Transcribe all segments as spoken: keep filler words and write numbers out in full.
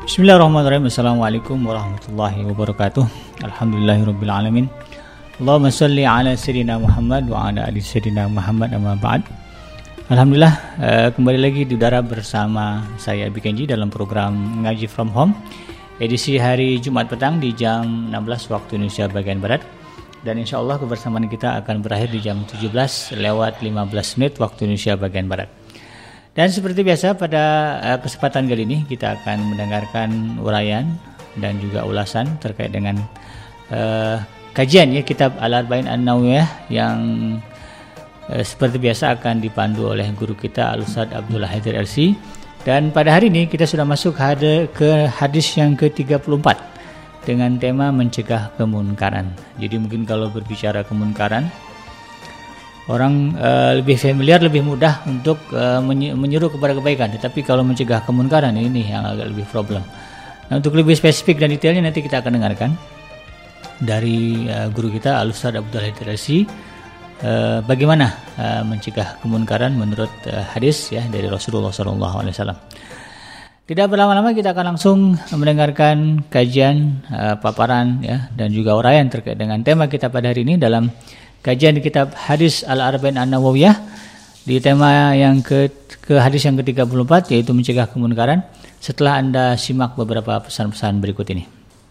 Bismillahirrahmanirrahim. Assalamualaikum warahmatullahi wabarakatuh. Alhamdulillahirabbil alamin. Allahumma shalli ala sayyidina Muhammad wa ala ali sayyidina Muhammad, amma ba'd. Alhamdulillah, uh, kembali lagi di udara bersama saya Abi Kenji dalam program Ngaji From Home edisi hari Jumat petang di jam enam belas waktu Indonesia bagian Barat. Dan insya Allah kebersamaan kita akan berakhir di jam tujuh belas lewat lima belas menit waktu Indonesia bagian Barat. Dan seperti biasa pada uh, kesempatan kali ini kita akan mendengarkan uraian dan juga ulasan terkait dengan uh, kajian ya kitab Al-Arba'in An-Nawawiyah yang uh, seperti biasa akan dipandu oleh guru kita Al-Ustaz Abdullah Haidar L C. Dan pada hari ini kita sudah masuk hada, ke hadis yang ke tiga puluh empat dengan tema mencegah kemunkaran. Jadi mungkin kalau berbicara kemunkaran, orang uh, lebih familiar, lebih mudah untuk uh, menyeru kepada kebaikan. Tetapi kalau mencegah kemunkaran ini yang agak lebih problem. Nah, untuk lebih spesifik dan detailnya nanti kita akan dengarkan dari uh, guru kita Al-Ustaz Abdullah Haidar L C. Uh, bagaimana uh, mencegah kemunkaran menurut uh, hadis ya dari Rasulullah shallallahu alaihi wasallam. Tidak berlama-lama kita akan langsung mendengarkan kajian uh, paparan ya dan juga uraian terkait dengan tema kita pada hari ini dalam kajian di kitab hadis Al-Arba'in An-Nawawiyah di tema yang ke, ke hadis yang ke tiga puluh empat yaitu mencegah kemunkaran, setelah Anda simak beberapa pesan-pesan berikut ini.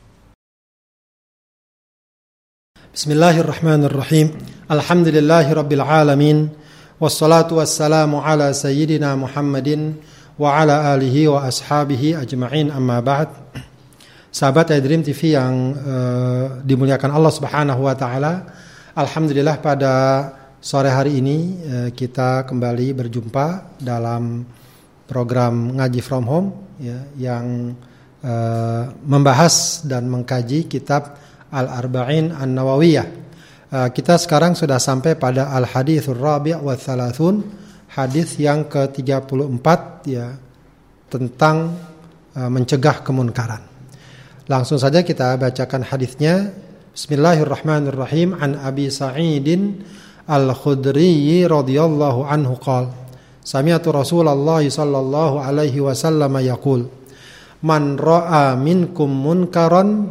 Bismillahirrahmanirrahim. Alhamdulillahirabbil alamin. Wassalatu wassalamu ala sayyidina Muhammadin wa ala alihi wa ashabihi ajma'in, amma ba'd. Sahabat iDream T V yang uh, dimuliakan Allah Subhanahu wa taala, alhamdulillah pada sore hari ini uh, kita kembali berjumpa dalam program Ngaji From Home ya, yang uh, membahas dan mengkaji kitab Al-Arba'in An-Nawawiyah. Uh, kita sekarang sudah sampai pada Al-Hadithur Rabi' wa Thalathun, hadis yang ke tiga puluh empat ya, tentang uh, mencegah kemunkaran. Langsung saja kita bacakan hadisnya. Bismillahirrahmanirrahim. An Abi Sa'idin Al-Khudri radhiyallahu anhu qala sami'tu Rasulullah sallallahu alaihi wasallam yaqul man ra'a minkum munkaran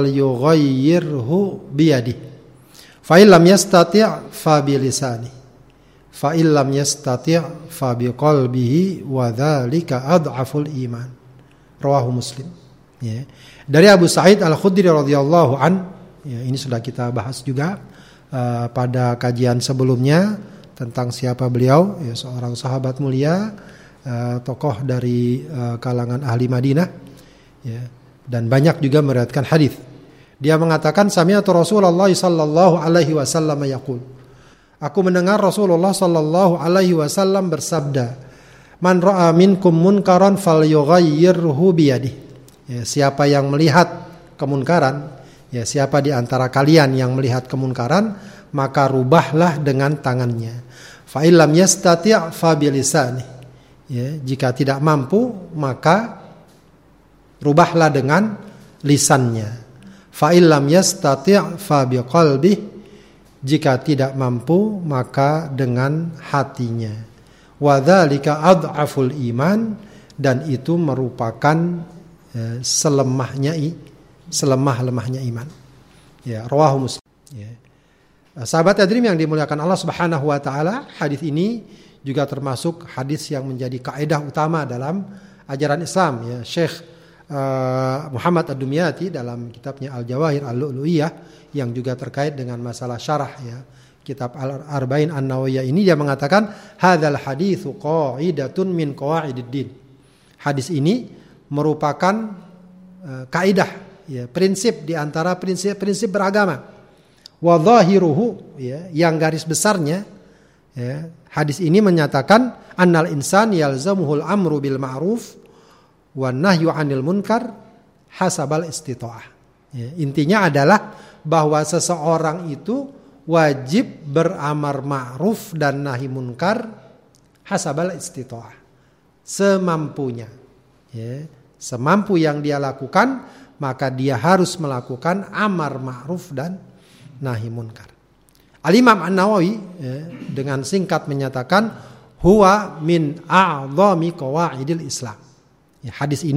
falyughayyirhu biyadihi fa illam yastati' fa bilisanihi fa illam yastati' fa biqalbihi wa dzalika adhaful iman. Rawahu Muslim. Ya. Dari Abu Sa'id Al-Khudri radhiyallahu an, ya, ini sudah kita bahas juga uh, pada kajian sebelumnya tentang siapa beliau, ya, seorang sahabat mulia, uh, tokoh dari uh, kalangan ahli Madinah, ya, dan banyak juga meriwayatkan hadis. Dia mengatakan sami'tu Rasulullah sallallahu alaihi wasallam yaqul, aku mendengar Rasulullah sallallahu alaihi wasallam bersabda, man ra'a minkum munkaran falyughayyirhu biyadihi. Ya, siapa yang melihat kemunkaran, ya, siapa di antara kalian yang melihat kemunkaran, maka rubahlah dengan tangannya. Fa illam yastati' fa bilisanihi. Ya, jika tidak mampu, maka rubahlah dengan lisannya. Fa illam yastati' fa biqalbihi. Jika tidak mampu, maka dengan hatinya. Wa dzalika adhaful iman, dan itu merupakan eh, selemahnya selemah-lemahnya iman. Ya, rawahu Muslim. Ya. Sahabat Adrim yang dimuliakan Allah Subhanahu wa taala, hadis ini juga termasuk hadis yang menjadi kaidah utama dalam ajaran Islam, ya. Syekh uh, Muhammad Ad-Dumyati dalam kitabnya Al-Jawahir Al-Lu'lu'iyah yang juga terkait dengan masalah syarah, ya, kitab Al-Arba'in An-Nawawiyah ini, dia mengatakan hadzal haditsu qaidatun min qawaidid-din. Hadis ini merupakan uh, kaidah, ya, prinsip di antara prinsip-prinsip beragama. Wa dhahiruhu, ya, yang garis besarnya, ya, hadis ini menyatakan annal insan yalzamuhul amru bil ma'ruf wan nahyu 'anil munkar hasabal istita'ah. Ya, intinya adalah bahwa seseorang itu wajib beramar ma'ruf dan nahi munkar hasabal istita'ah, semampunya, ya, semampu yang dia lakukan, maka dia harus melakukan amar ma'ruf dan nahi munkar. Al-Imam An-Nawawi, ya, dengan singkat menyatakan huwa min a'dhami qawaidil Islam. Ya, hadis ini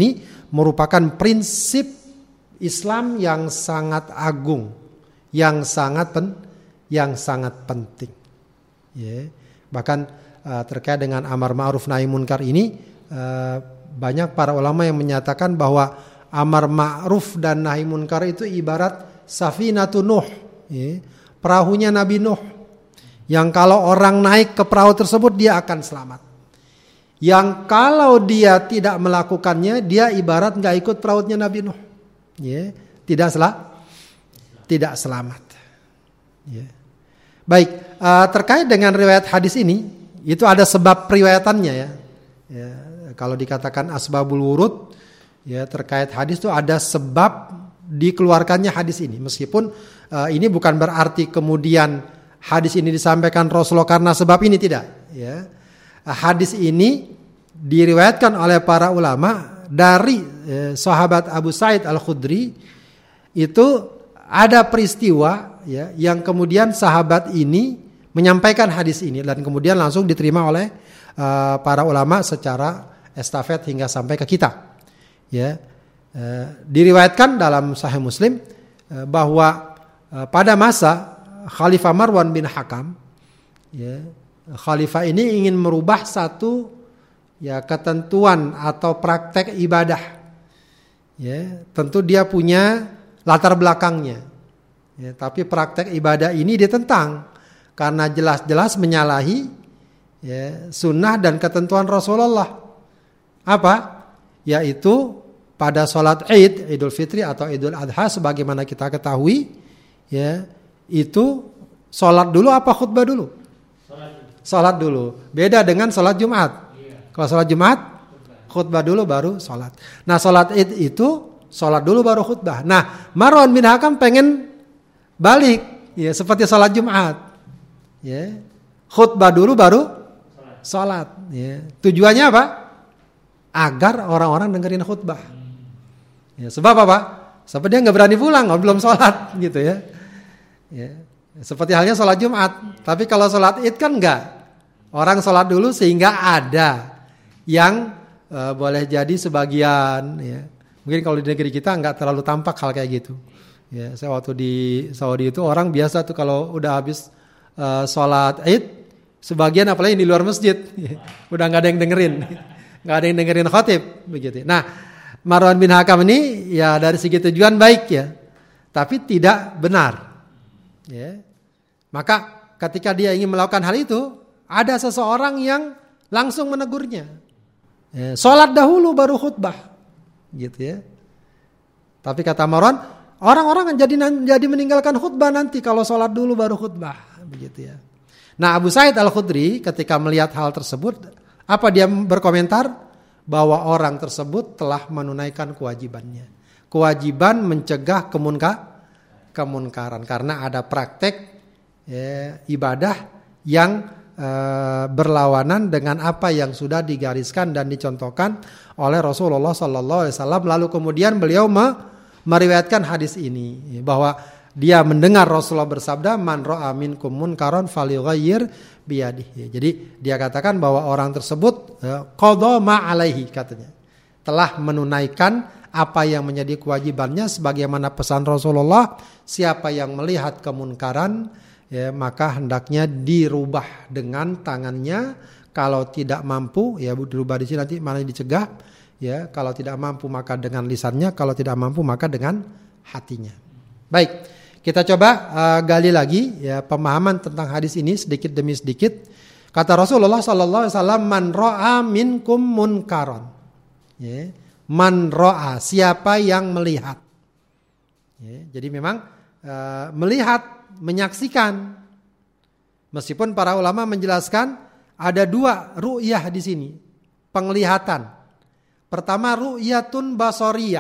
merupakan prinsip Islam yang sangat agung, yang sangat pen, yang sangat penting. Ya. Bahkan uh, terkait dengan amar ma'ruf nahi munkar ini, uh, banyak para ulama yang menyatakan bahwa amar ma'ruf dan nahi munkar itu ibarat safinatun Nuh, ya, perahunya Nabi Nuh, yang kalau orang naik ke perahu tersebut dia akan selamat. Yang kalau dia tidak melakukannya, dia ibarat nggak ikut perahunya Nabi Nuh, ya, tidak sel- tidak selamat. Ya. Baik, uh, terkait dengan riwayat hadis ini, itu ada sebab periwayatannya ya. Ya, kalau dikatakan asbabul wurud, ya terkait hadis itu ada sebab dikeluarkannya hadis ini. Meskipun uh, ini bukan berarti kemudian hadis ini disampaikan Rasulullah karena sebab ini, tidak. Ya. Hadis ini diriwayatkan oleh para ulama dari eh, sahabat Abu Sa'id Al-Khudri. Itu ada peristiwa ya, yang kemudian sahabat ini menyampaikan hadis ini dan kemudian langsung diterima oleh uh, para ulama secara estafet hingga sampai ke kita. Ya, uh, diriwayatkan dalam Sahih Muslim uh, bahwa uh, pada masa Khalifah Marwan bin Hakam, ya, Khalifah ini ingin merubah satu ya ketentuan atau praktek ibadah. Ya, tentu dia punya latar belakangnya. Ya, tapi praktek ibadah ini ditentang karena jelas-jelas menyalahi ya, sunnah dan ketentuan Rasulullah. Apa? Yaitu pada sholat Id, Idul Fitri atau Idul Adha sebagaimana kita ketahui, ya, itu sholat dulu apa khutbah dulu? Sholat dulu. Beda dengan sholat Jumat. Iya. Kalau sholat Jumat, khutbah dulu baru sholat. Nah, sholat Id itu sholat dulu baru khutbah. Nah, Marwan bin Hakam pengen balik, ya seperti sholat Jumat. Ya, khutbah dulu baru sholat. Ya. Tujuannya apa? Agar orang-orang dengerin khutbah. Ya, sebab apa? Sebab dia nggak berani pulang, kalau belum sholat, gitu ya. Ya. Seperti halnya sholat Jumat. Tapi kalau sholat Id kan enggak. Orang sholat dulu sehingga ada yang uh, boleh jadi sebagian. Ya. Mungkin kalau di negeri kita enggak terlalu tampak hal kayak gitu. Ya, saya waktu di Saudi itu orang biasa tuh kalau udah habis uh, sholat Id, sebagian apalagi di luar masjid, ya, udah nggak ada yang dengerin, nggak ada yang dengerin khotib, begitu. Nah, Marwan bin Hakam ini ya dari segi tujuan baik ya, tapi tidak benar. Ya. Maka ketika dia ingin melakukan hal itu, ada seseorang yang langsung menegurnya. Ya, sholat dahulu baru khutbah, gitu ya. Tapi kata Marwan, orang-orang akan jadi jadi meninggalkan khutbah nanti kalau sholat dulu baru khutbah, begitu ya. Nah, Abu Sa'id Al-Khudri ketika melihat hal tersebut, apa dia berkomentar? Bahwa orang tersebut telah menunaikan kewajibannya. Kewajiban mencegah kemunka, kemunkaran karena ada praktek ya, ibadah yang e, berlawanan dengan apa yang sudah digariskan dan dicontohkan oleh Rasulullah sallallahu alaihi wasallam. Lalu kemudian beliau me, meriwayatkan hadis ini bahwa dia mendengar Rasulullah bersabda, man ra'a minkum munkaran falyughayyir biyadihi. Jadi dia katakan bahwa orang tersebut qadha ma alaihi, katanya telah menunaikan apa yang menjadi kewajibannya sebagaimana pesan Rasulullah, siapa yang melihat kemunkaran ya, maka hendaknya dirubah dengan tangannya, kalau tidak mampu ya dirubah di sini nanti mana dicegah ya, kalau tidak mampu maka dengan lisannya, kalau tidak mampu maka dengan hatinya. Baik, kita coba uh, gali lagi ya pemahaman tentang hadis ini sedikit demi sedikit. Kata Rasulullah sallallahu alaihi wasallam, man ra'a minkum munkaran. Ya, man ra'a, siapa yang melihat. Ya, jadi memang uh, melihat, menyaksikan. Meskipun para ulama menjelaskan ada dua ru'yah di sini, penglihatan. Pertama ru'yatun basariyah,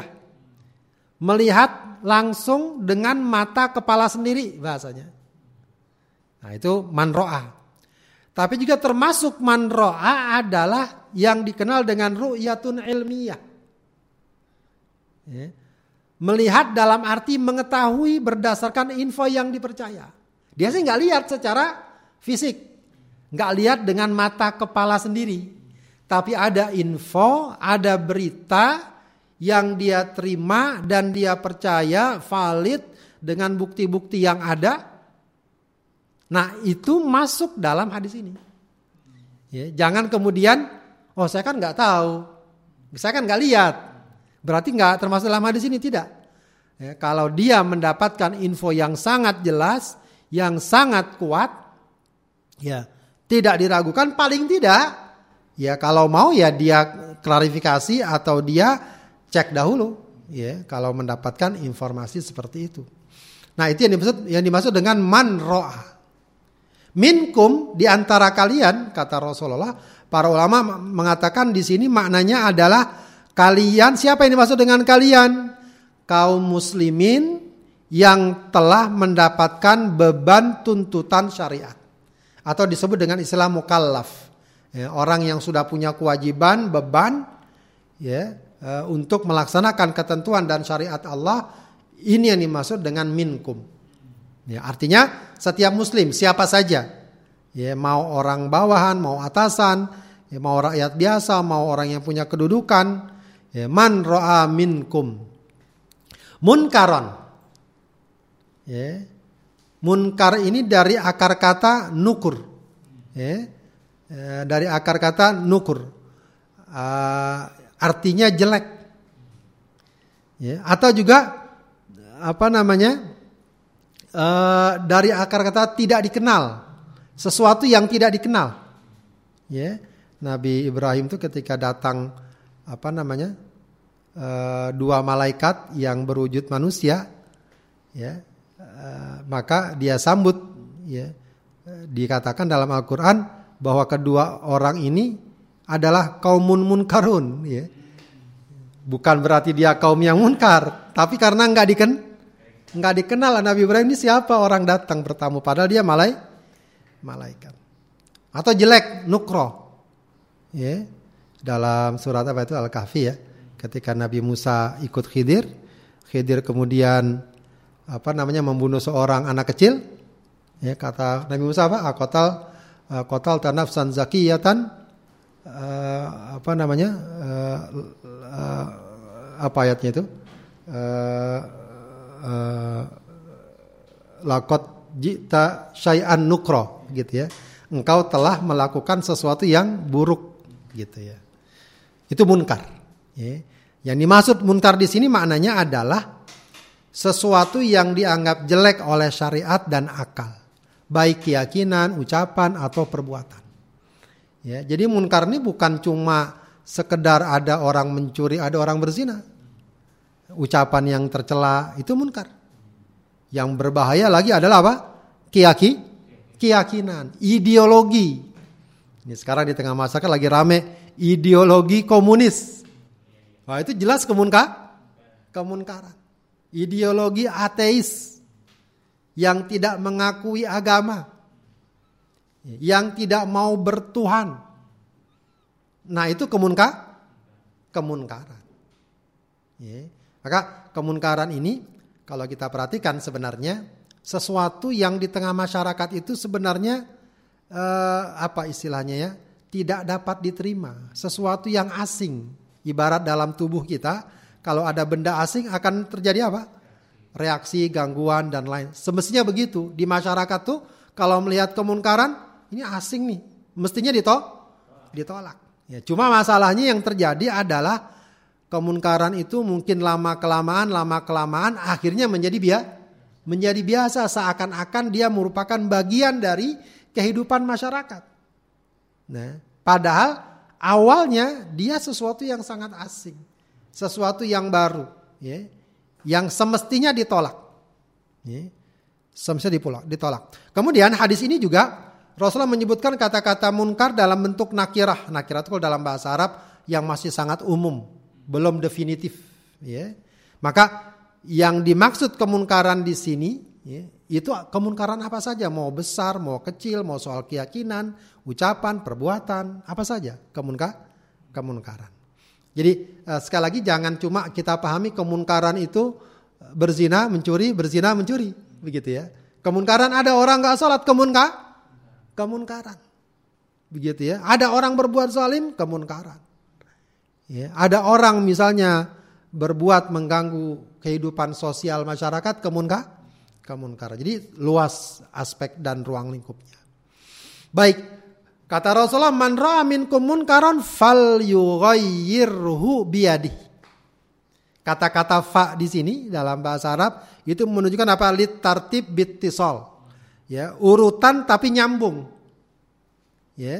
melihat langsung dengan mata kepala sendiri bahasanya. Nah, itu man ra'a. Tapi juga termasuk man ra'a adalah yang dikenal dengan ru'yatun ilmiyah. Ya. Melihat dalam arti mengetahui berdasarkan info yang dipercaya. Dia sih nggak lihat secara fisik, nggak lihat dengan mata kepala sendiri. Tapi ada info, ada berita yang dia terima dan dia percaya valid dengan bukti-bukti yang ada. Nah, itu masuk dalam hadis ini. Ya, jangan kemudian, oh saya kan nggak tahu, saya kan nggak lihat, berarti nggak termasuk dalam hadis ini. Tidak. Ya, kalau dia mendapatkan info yang sangat jelas, yang sangat kuat, ya tidak diragukan, paling tidak, ya kalau mau ya dia klarifikasi atau dia cek dahulu, ya kalau mendapatkan informasi seperti itu. Nah, itu yang dimaksud yang dimaksud dengan man ro'a. Minkum, di antara kalian, kata Rasulullah, para ulama mengatakan di sini maknanya adalah kalian. Siapa yang dimaksud dengan kalian? Kaum muslimin yang telah mendapatkan beban tuntutan syariat, atau disebut dengan istilah mukallaf. Ya, orang yang sudah punya kewajiban, beban, ya, e, untuk melaksanakan ketentuan dan syariat Allah. Ini yang dimaksud dengan minkum. Ya, artinya setiap muslim, siapa saja, ya, mau orang bawahan, mau atasan, ya, mau rakyat biasa, mau orang yang punya kedudukan, ya, man ro'a minkum munkaron. Ya, munkar ini dari akar kata nukur, ya, dari akar kata nukur, uh, artinya jelek, ya, atau juga apa namanya? Uh, dari akar kata tidak dikenal, sesuatu yang tidak dikenal. Ya, Nabi Ibrahim itu ketika datang apa namanya uh, dua malaikat yang berwujud manusia, ya, uh, maka dia sambut. Ya, uh, dikatakan dalam Al-Quran bahwa kedua orang ini adalah kaumun munkarun. Ya, bukan berarti dia kaum yang munkar, tapi karena nggak dikenal. Nggak dikenal Nabi Ibrahim ini siapa, orang datang bertamu padahal dia malai, malaikat. Atau jelek, nukro. Ya, dalam surat apa itu Al-Kahfi, ya, ketika Nabi Musa ikut Khidir, Khidir kemudian apa namanya membunuh seorang anak kecil, ya, kata Nabi Musa apa? Aqatal qatal tanafsan zakiyatan, uh, apa namanya? Uh, uh, apa ayatnya itu? Uh, Uh, lakot jita syai'an nukro, gitu ya. Engkau telah melakukan sesuatu yang buruk, gitu ya. Itu munkar. Ya. Yang dimaksud munkar di sini maknanya adalah sesuatu yang dianggap jelek oleh syariat dan akal, baik keyakinan, ucapan atau perbuatan. Ya, jadi munkar ini bukan cuma sekedar ada orang mencuri, ada orang berzina. Ucapan yang tercela itu munkar. Yang berbahaya lagi adalah apa? Keyaki, keyakinan, ideologi. Ini sekarang di tengah masyarakat lagi rame ideologi komunis. Wah, itu jelas kemunkar, kemunkaran. Ideologi ateis yang tidak mengakui agama, yang tidak mau bertuhan. Nah, itu kemunkar, kemunkaran. Ya. Maka kemunkaran ini kalau kita perhatikan sebenarnya sesuatu yang di tengah masyarakat itu sebenarnya eh, apa istilahnya ya, tidak dapat diterima, sesuatu yang asing. Ibarat dalam tubuh kita kalau ada benda asing akan terjadi apa? Reaksi, gangguan dan lain. Semestinya begitu di masyarakat tuh kalau melihat kemunkaran ini asing nih, mestinya ditolak, ditolak. Ya, cuma masalahnya yang terjadi adalah kemunkaran itu mungkin lama kelamaan, lama kelamaan akhirnya menjadi biasa, menjadi biasa seakan-akan dia merupakan bagian dari kehidupan masyarakat. Nah, padahal awalnya dia sesuatu yang sangat asing, sesuatu yang baru, ya, yang semestinya ditolak, ya, semestinya ditolak. Kemudian hadis ini juga Rasulullah menyebutkan kata-kata munkar dalam bentuk nakirah. Nakirah itu dalam bahasa Arab yang masih sangat umum, belum definitif, ya. Maka yang dimaksud kemunkaran di sini, ya, itu kemunkaran apa saja, mau besar, mau kecil, mau soal keyakinan, ucapan, perbuatan, apa saja kemunkar, kemunkaran. Jadi sekali lagi jangan cuma kita pahami kemunkaran itu berzina, mencuri, berzina, mencuri, begitu ya. Kemunkaran ada orang nggak sholat, kemunkar, kemunkaran, begitu ya. Ada orang berbuat zalim, kemunkaran. Ya, ada orang misalnya berbuat mengganggu kehidupan sosial masyarakat, kemunkar, kemunkaran. Jadi luas aspek dan ruang lingkupnya. Baik, kata Rasulullah, man ra'a minkum munkaran falyughayyirhu biyadihi. Kata-kata fa di sini dalam bahasa Arab itu menunjukkan apa? Lit tartib bittisal. Ya, urutan tapi nyambung. Ya.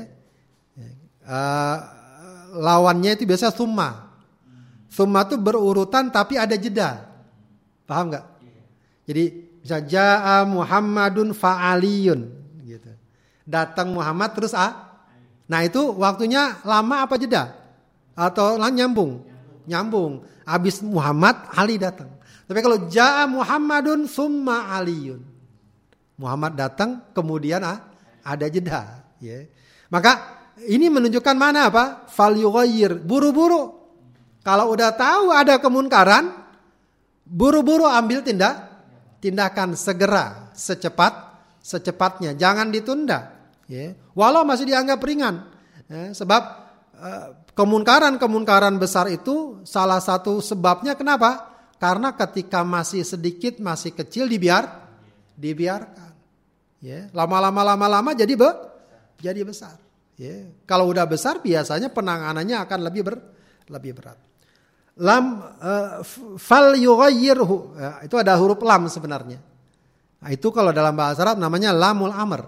Uh, lawannya itu biasa summa. Summa itu berurutan tapi ada jeda. Paham enggak? Jadi bisa jaa Muhammadun fa'aliyun gitu. Datang Muhammad terus a. Nah, itu waktunya lama apa jeda? Atau nyambung? Nyambung. Habis Muhammad, Ali datang. Tapi kalau jaa Muhammadun summa aliyun. Muhammad datang, kemudian ah, ada jeda. Ya. Maka ini menunjukkan mana apa? Fal yughayyir, buru-buru. Kalau udah tahu ada kemunkaran, buru-buru ambil tindak, tindakan segera, secepat, secepatnya. Jangan ditunda. Ya. Walau masih dianggap ringan. Ya. Sebab uh, kemunkaran-kemunkaran besar itu salah satu sebabnya kenapa? Karena ketika masih sedikit, masih kecil dibiar, dibiarkan. Ya, lama-lama lama-lama jadi be, jadi besar. Ya, kalau udah besar biasanya penanganannya akan lebih ber, lebih berat. Lam uh, fal yughayyirhu, ya, itu ada huruf lam sebenarnya. Nah, itu kalau dalam bahasa Arab namanya lamul amr.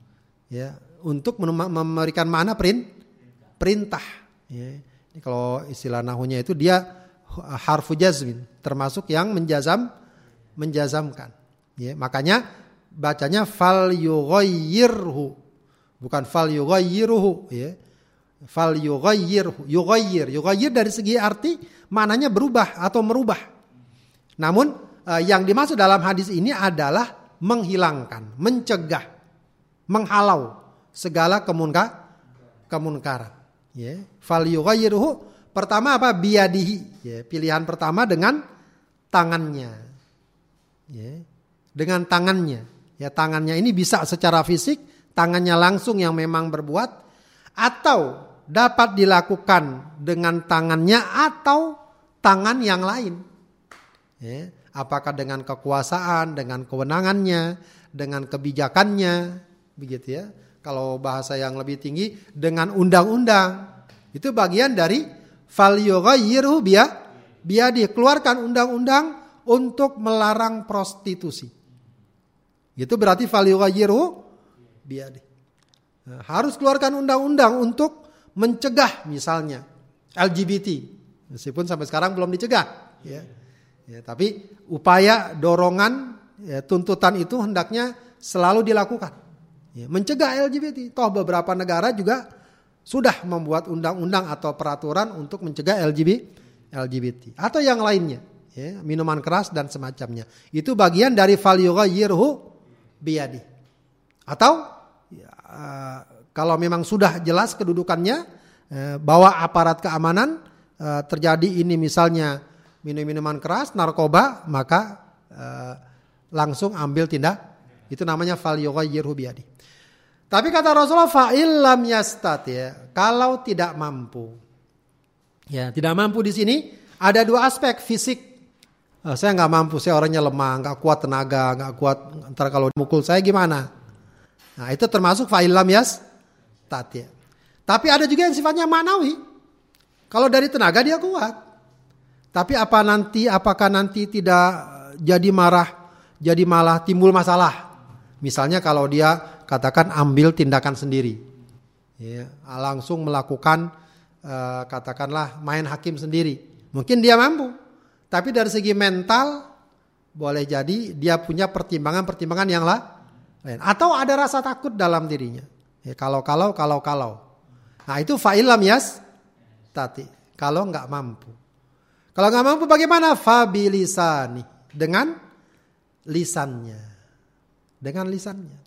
Ya, untuk memberikan makna perin, perintah. Ya, ini kalau istilah nahunya itu dia harfu jazmin, termasuk yang menjazam, menjazamkan. Ya, makanya bacanya fal yughayyirhu, bukan fal yughayyiruhu. Ya, fal yughayyirhu, yughayyir, yughayyir dari segi arti maknanya berubah atau merubah. Namun yang dimaksud dalam hadis ini adalah menghilangkan, mencegah, menghalau segala kemunka, kemunkaran. Ya, fal yughayyiruhu pertama apa? Biyadihi. Ya, pilihan pertama dengan tangannya. Ya, dengan tangannya. Ya, tangannya ini bisa secara fisik, tangannya langsung yang memang berbuat, atau dapat dilakukan dengan tangannya atau tangan yang lain. Ya, apakah dengan kekuasaan, dengan kewenangannya, dengan kebijakannya, begitu ya. Kalau bahasa yang lebih tinggi dengan undang-undang. Itu bagian dari fal yughayyirhu biyadihi, keluarkan undang-undang untuk melarang prostitusi. Itu berarti fal yughayyirhu biyadihi. Nah, harus keluarkan undang-undang untuk mencegah misalnya L G B T. Meskipun sampai sekarang belum dicegah, ya. Ya, tapi upaya dorongan ya, tuntutan itu hendaknya selalu dilakukan. Ya, mencegah L G B T. Toh beberapa negara juga sudah membuat undang-undang atau peraturan untuk mencegah L G B T atau yang lainnya, ya, minuman keras dan semacamnya. Itu bagian dari fal yughayyirhu biyadi. Atau ya, uh, kalau memang sudah jelas kedudukannya, uh, bahwa aparat keamanan uh, terjadi ini misalnya minum-minuman keras, narkoba, maka uh, langsung ambil tindak. Itu namanya fal yughayyirhu biyadi. Tapi kata Rasulullah, fa'il lam yastati', kalau tidak mampu. Ya, tidak mampu di sini ada dua aspek fisik. Oh, saya nggak mampu, saya orangnya lemah, nggak kuat tenaga, nggak kuat. Ntar kalau mukul saya gimana? Nah, itu termasuk fa'il lam yastati'. Tapi ada juga yang sifatnya maknawi. Kalau dari tenaga dia kuat. Tapi apa nanti, apakah nanti tidak jadi marah, jadi malah timbul masalah? Misalnya kalau dia katakan ambil tindakan sendiri, ya, langsung melakukan uh, katakanlah main hakim sendiri, mungkin dia mampu, tapi dari segi mental boleh jadi dia punya pertimbangan-pertimbangan yang lain, atau ada rasa takut dalam dirinya, ya, kalau kalau kalau kalau, nah itu fa'ilam yas tati, kalau nggak mampu, kalau nggak mampu bagaimana? Fabilisani, dengan lisannya, dengan lisannya.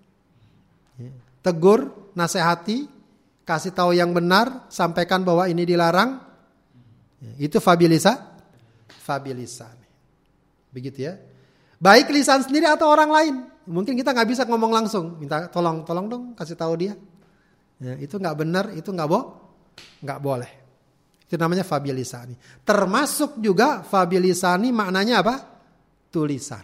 Tegur, nasihati, kasih tahu yang benar, sampaikan bahwa ini dilarang. Itu fabilisa, fabilisan. Begitu ya. Baik lisan sendiri atau orang lain. Mungkin kita nggak bisa ngomong langsung, minta tolong, tolong dong, kasih tahu dia. Ya, itu nggak benar, itu nggak bo, nggak boleh. Itu namanya fabilisani. Termasuk juga fabilisani maknanya apa? Tulisan.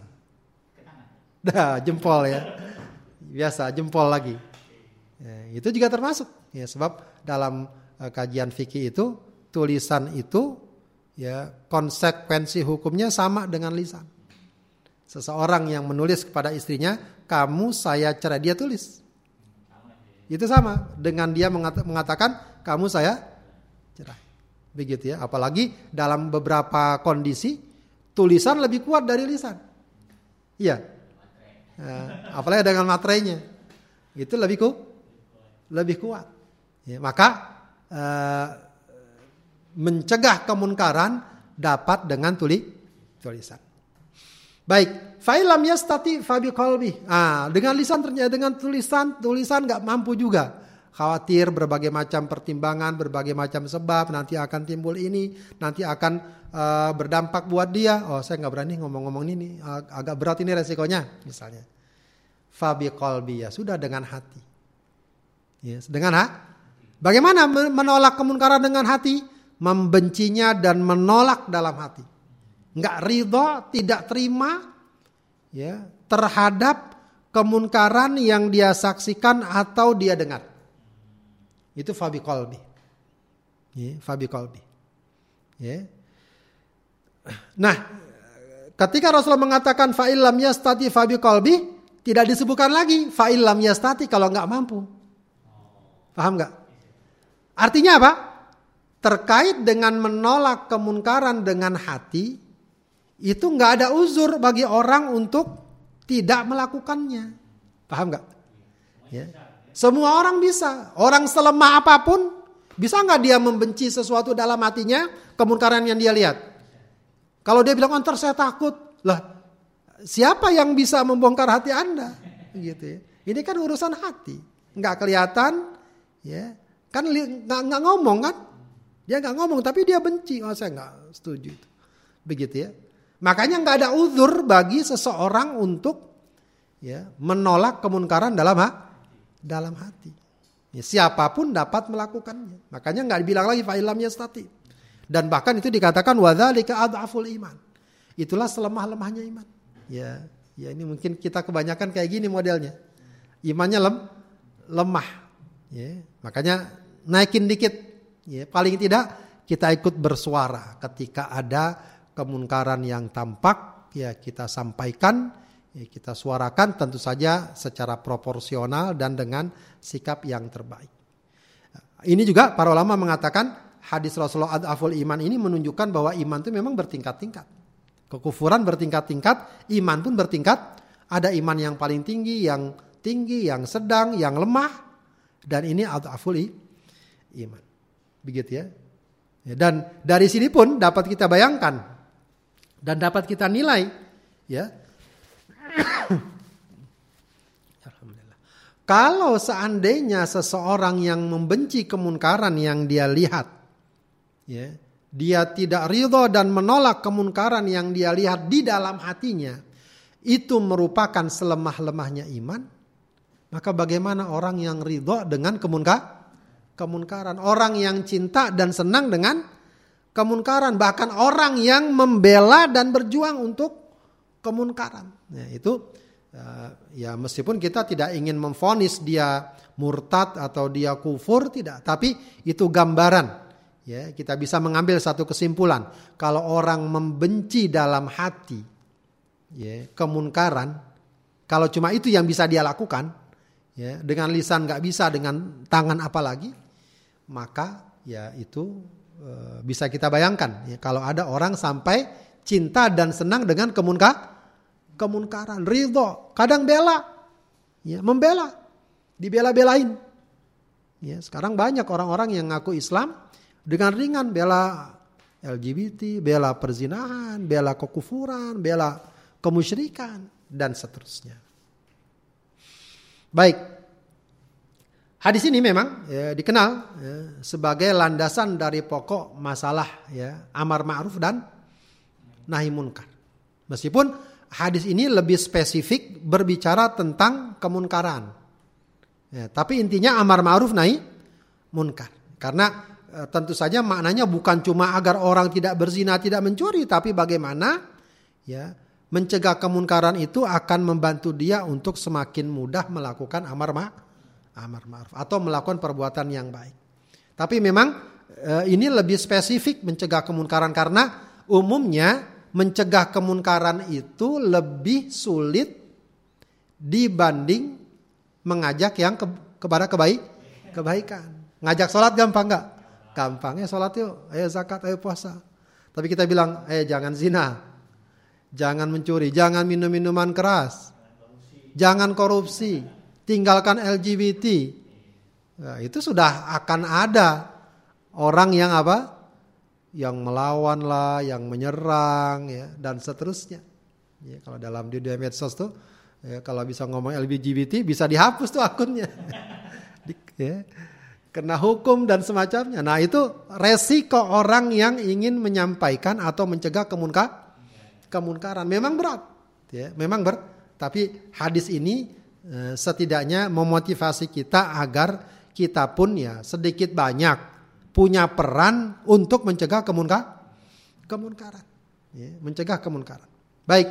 Dah, jempol ya. Biasa, jempol lagi. Ya, itu juga termasuk. Ya, sebab dalam uh, kajian fikih itu, tulisan itu ya konsekuensi hukumnya sama dengan lisan. Seseorang yang menulis kepada istrinya, kamu saya cerai, dia tulis. Itu sama dengan dia mengatakan, kamu saya cerai. Begitu ya. Apalagi dalam beberapa kondisi, tulisan lebih kuat dari lisan. Iya. Nah, apalagi dengan materainya. Itu lebih ku, lebih kuat. Ya, maka uh, mencegah kemunkaran dapat dengan tuli, tulisan. Baik, fa'ilam yastati fabi qalbi. Ah, dengan lisan ternyata dengan tulisan tulisan enggak mampu juga. Khawatir berbagai macam pertimbangan, berbagai macam sebab, nanti akan timbul ini, nanti akan uh, berdampak buat dia. Oh, saya enggak berani ngomong-ngomong ini, agak berat ini resikonya misalnya. Fabi qalbi, ya sudah dengan hati. Yes, dengan ha? Bagaimana menolak kemunkaran dengan hati? Membencinya dan menolak dalam hati. Enggak ridho, tidak terima ya, terhadap kemunkaran yang dia saksikan atau dia dengar. Itu fabi qalbi. Ya, fabi qalbi. Ya. Nah, ketika Rasulullah mengatakan fa illam yastati fabi qalbi, tidak disebutkan lagi fa illam yastati kalau enggak mampu. Paham enggak? Artinya apa? Terkait dengan menolak kemunkaran dengan hati, itu nggak ada uzur bagi orang untuk tidak melakukannya. Paham nggak? Ya. Semua orang bisa. Orang selemah apapun, bisa nggak dia membenci sesuatu dalam hatinya, kemunkaran yang dia lihat? Kalau dia bilang, antar saya takut. Lah, siapa yang bisa membongkar hati Anda? Gitu ya. Ini kan urusan hati. Nggak kelihatan, ya. Kan nggak nggak ngomong kan? Dia nggak ngomong, tapi dia benci. Oh, saya nggak setuju itu. Begitu ya. Makanya nggak ada uzur bagi seseorang untuk ya, menolak kemunkaran dalam ha? dalam hati. Ya, siapapun dapat melakukannya. Makanya nggak dibilang lagi fa'ilam yastati. Dan bahkan itu dikatakan wadzalika adhaful iman. Itulah selemah-lemahnya iman. Ya, ya ini mungkin kita kebanyakan kayak gini modelnya. Imannya lem, lemah. Ya, makanya naikin dikit. Ya, paling tidak kita ikut bersuara ketika ada kemunkaran yang tampak, ya kita sampaikan, ya kita suarakan tentu saja secara proporsional dan dengan sikap yang terbaik. Ini juga para ulama mengatakan hadis Rasulullah adhaful iman ini menunjukkan bahwa iman itu memang bertingkat-tingkat. Kekufuran bertingkat-tingkat, iman pun bertingkat. Ada iman yang paling tinggi, yang tinggi, yang sedang, yang lemah. Dan ini adhaful iman. Begitu ya. Dan dari sini pun dapat kita bayangkan dan dapat kita nilai, ya. Alhamdulillah. Kalau seandainya seseorang yang membenci kemunkaran yang dia lihat, ya, dia tidak ridho dan menolak kemunkaran yang dia lihat di dalam hatinya, itu merupakan selemah-lemahnya iman. Maka bagaimana orang yang ridho dengan kemunkaran? Kemunkaran, orang yang cinta dan senang dengan kemunkaran, bahkan orang yang membela dan berjuang untuk kemunkaran. Nah, itu uh, ya meskipun kita tidak ingin memvonis dia murtad atau dia kufur, tidak, tapi itu gambaran. Ya, kita bisa mengambil satu kesimpulan. Kalau orang membenci dalam hati ya, kemunkaran, kalau cuma itu yang bisa dia lakukan, ya, dengan lisan nggak bisa, dengan tangan apalagi, maka ya itu e, bisa kita bayangkan ya, kalau ada orang sampai cinta dan senang dengan kemunka, kemunkaran, ridho, kadang bela, ya, membela, dibela-belain. Ya, sekarang banyak orang-orang yang ngaku Islam dengan ringan bela L G B T, bela perzinahan, bela kekufuran, bela kemusyrikan dan seterusnya. Baik. Hadis ini memang ya, dikenal ya, sebagai landasan dari pokok masalah ya, amar ma'ruf dan nahi munkar. Meskipun hadis ini lebih spesifik berbicara tentang kemunkaran. Ya, tapi intinya amar ma'ruf nahi munkar. Karena tentu saja maknanya bukan cuma agar orang tidak berzina, tidak mencuri, tapi bagaimana ya mencegah kemunkaran itu akan membantu dia untuk semakin mudah melakukan amar ma amar ma'ruf atau melakukan perbuatan yang baik. Tapi memang ini lebih spesifik mencegah kemunkaran karena umumnya mencegah kemunkaran itu lebih sulit dibanding mengajak yang ke, kepada kebaik, kebaikan. Ngajak sholat gampang nggak? Gampang ya sholat yuk, ayo zakat, ayo puasa. Tapi kita bilang, eh jangan zina, jangan mencuri, jangan minum minuman keras, jangan korupsi, tinggalkan L G B T. Nah, itu sudah akan ada orang yang apa? Yang melawan lah, yang menyerang, ya, dan seterusnya. Ya, kalau dalam dunia medsos tuh, ya, kalau bisa ngomong L G B T bisa dihapus tuh akunnya. Ya. Kena hukum dan semacamnya. Nah itu resiko orang yang ingin menyampaikan atau mencegah kemunka, kemunkaran. Memang berat, ya, memang berat. Tapi hadis ini eh, setidaknya memotivasi kita agar kita pun ya sedikit banyak punya peran untuk mencegah kemunka, kemunkaran, ya, mencegah kemunkaran. Baik,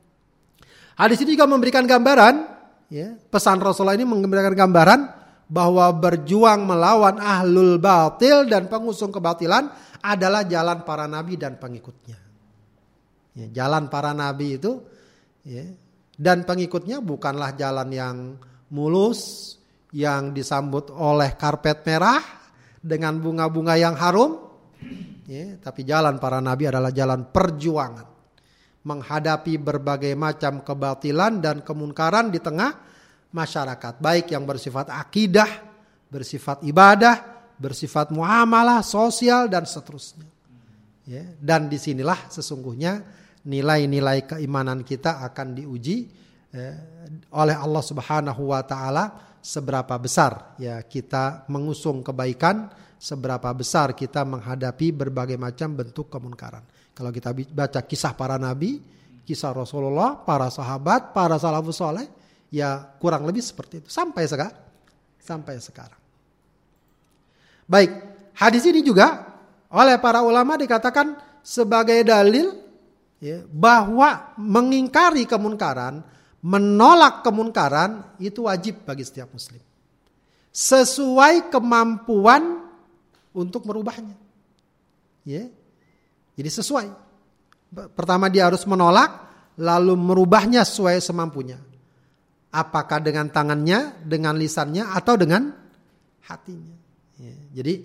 hadis ini juga memberikan gambaran, ya, pesan Rasulullah ini memberikan gambaran bahwa berjuang melawan ahlul batil dan pengusung kebatilan adalah jalan para nabi dan pengikutnya. Ya, jalan para nabi itu, ya, dan pengikutnya bukanlah jalan yang mulus, yang disambut oleh karpet merah dengan bunga-bunga yang harum, ya, tapi jalan para nabi adalah jalan perjuangan menghadapi berbagai macam kebatilan dan kemunkaran di tengah masyarakat, baik yang bersifat akidah, bersifat ibadah, bersifat muamalah, sosial dan seterusnya. Ya, dan disinilah sesungguhnya nilai-nilai keimanan kita akan diuji ya, oleh Allah Subhanahu Wa Taala, seberapa besar ya kita mengusung kebaikan, seberapa besar kita menghadapi berbagai macam bentuk kemunkaran. Kalau kita baca kisah para nabi, kisah Rasulullah, para sahabat, para salafus saleh, ya kurang lebih seperti itu sampai sekarang. Sampai sekarang. Baik, hadis ini juga oleh para ulama dikatakan sebagai dalil ya, bahwa mengingkari kemunkaran, menolak kemunkaran itu wajib bagi setiap muslim. Sesuai kemampuan untuk merubahnya. Ya. Jadi sesuai. Pertama dia harus menolak, lalu merubahnya sesuai semampunya. Apakah dengan tangannya, dengan lisannya, atau dengan hatinya. Ya, jadi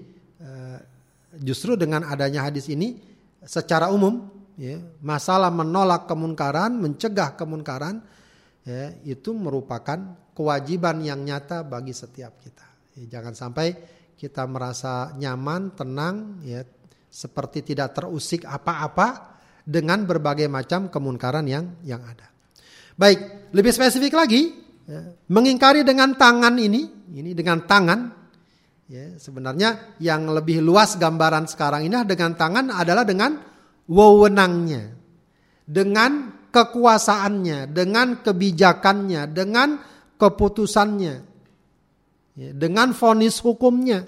justru dengan adanya hadis ini secara umum, ya, masalah menolak kemunkaran, mencegah kemunkaran, ya, itu merupakan kewajiban yang nyata bagi setiap kita. Ya, jangan sampai kita merasa nyaman, tenang, ya, seperti tidak terusik apa-apa dengan berbagai macam kemunkaran yang yang ada. Baik, lebih spesifik lagi, ya, mengingkari dengan tangan ini, ini dengan tangan, ya, sebenarnya yang lebih luas gambaran sekarang ini dengan tangan adalah dengan wewenangnya, dengan kekuasaannya, dengan kebijakannya, dengan keputusannya, ya, dengan vonis hukumnya.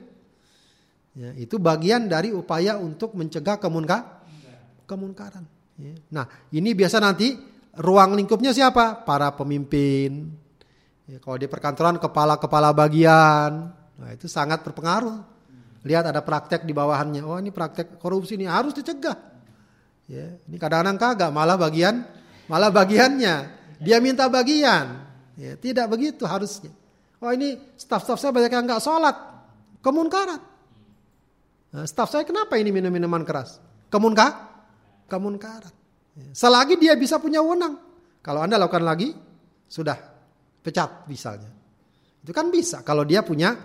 Ya, itu bagian dari upaya untuk mencegah kemunka, kemunkaran. Ya. Nah, ini biasa nanti ruang lingkupnya siapa? Para pemimpin. Ya, kalau di perkantoran kepala-kepala bagian, nah itu sangat berpengaruh. Lihat ada praktek di bawahannya. Oh ini praktek korupsi ini harus dicegah. Ya, ini kadang-kadang kagak, malah bagian, malah bagiannya dia minta bagian. Ya, tidak begitu harusnya. Oh ini staf-staf saya banyak yang nggak sholat, kemunkaran. Nah, staf saya kenapa ini minum minuman keras? Kemunka, kemunkaran. Ya, selagi dia bisa punya wewenang. Kalau Anda lakukan lagi, sudah pecat misalnya. Itu kan bisa kalau dia punya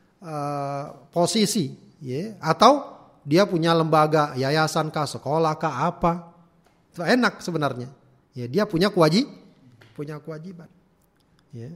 uh, posisi, ya, atau dia punya lembaga, yayasan kah, sekolah kah, apa. Itu enak sebenarnya. Ya, dia punya kewajib, punya kewajiban. Ya.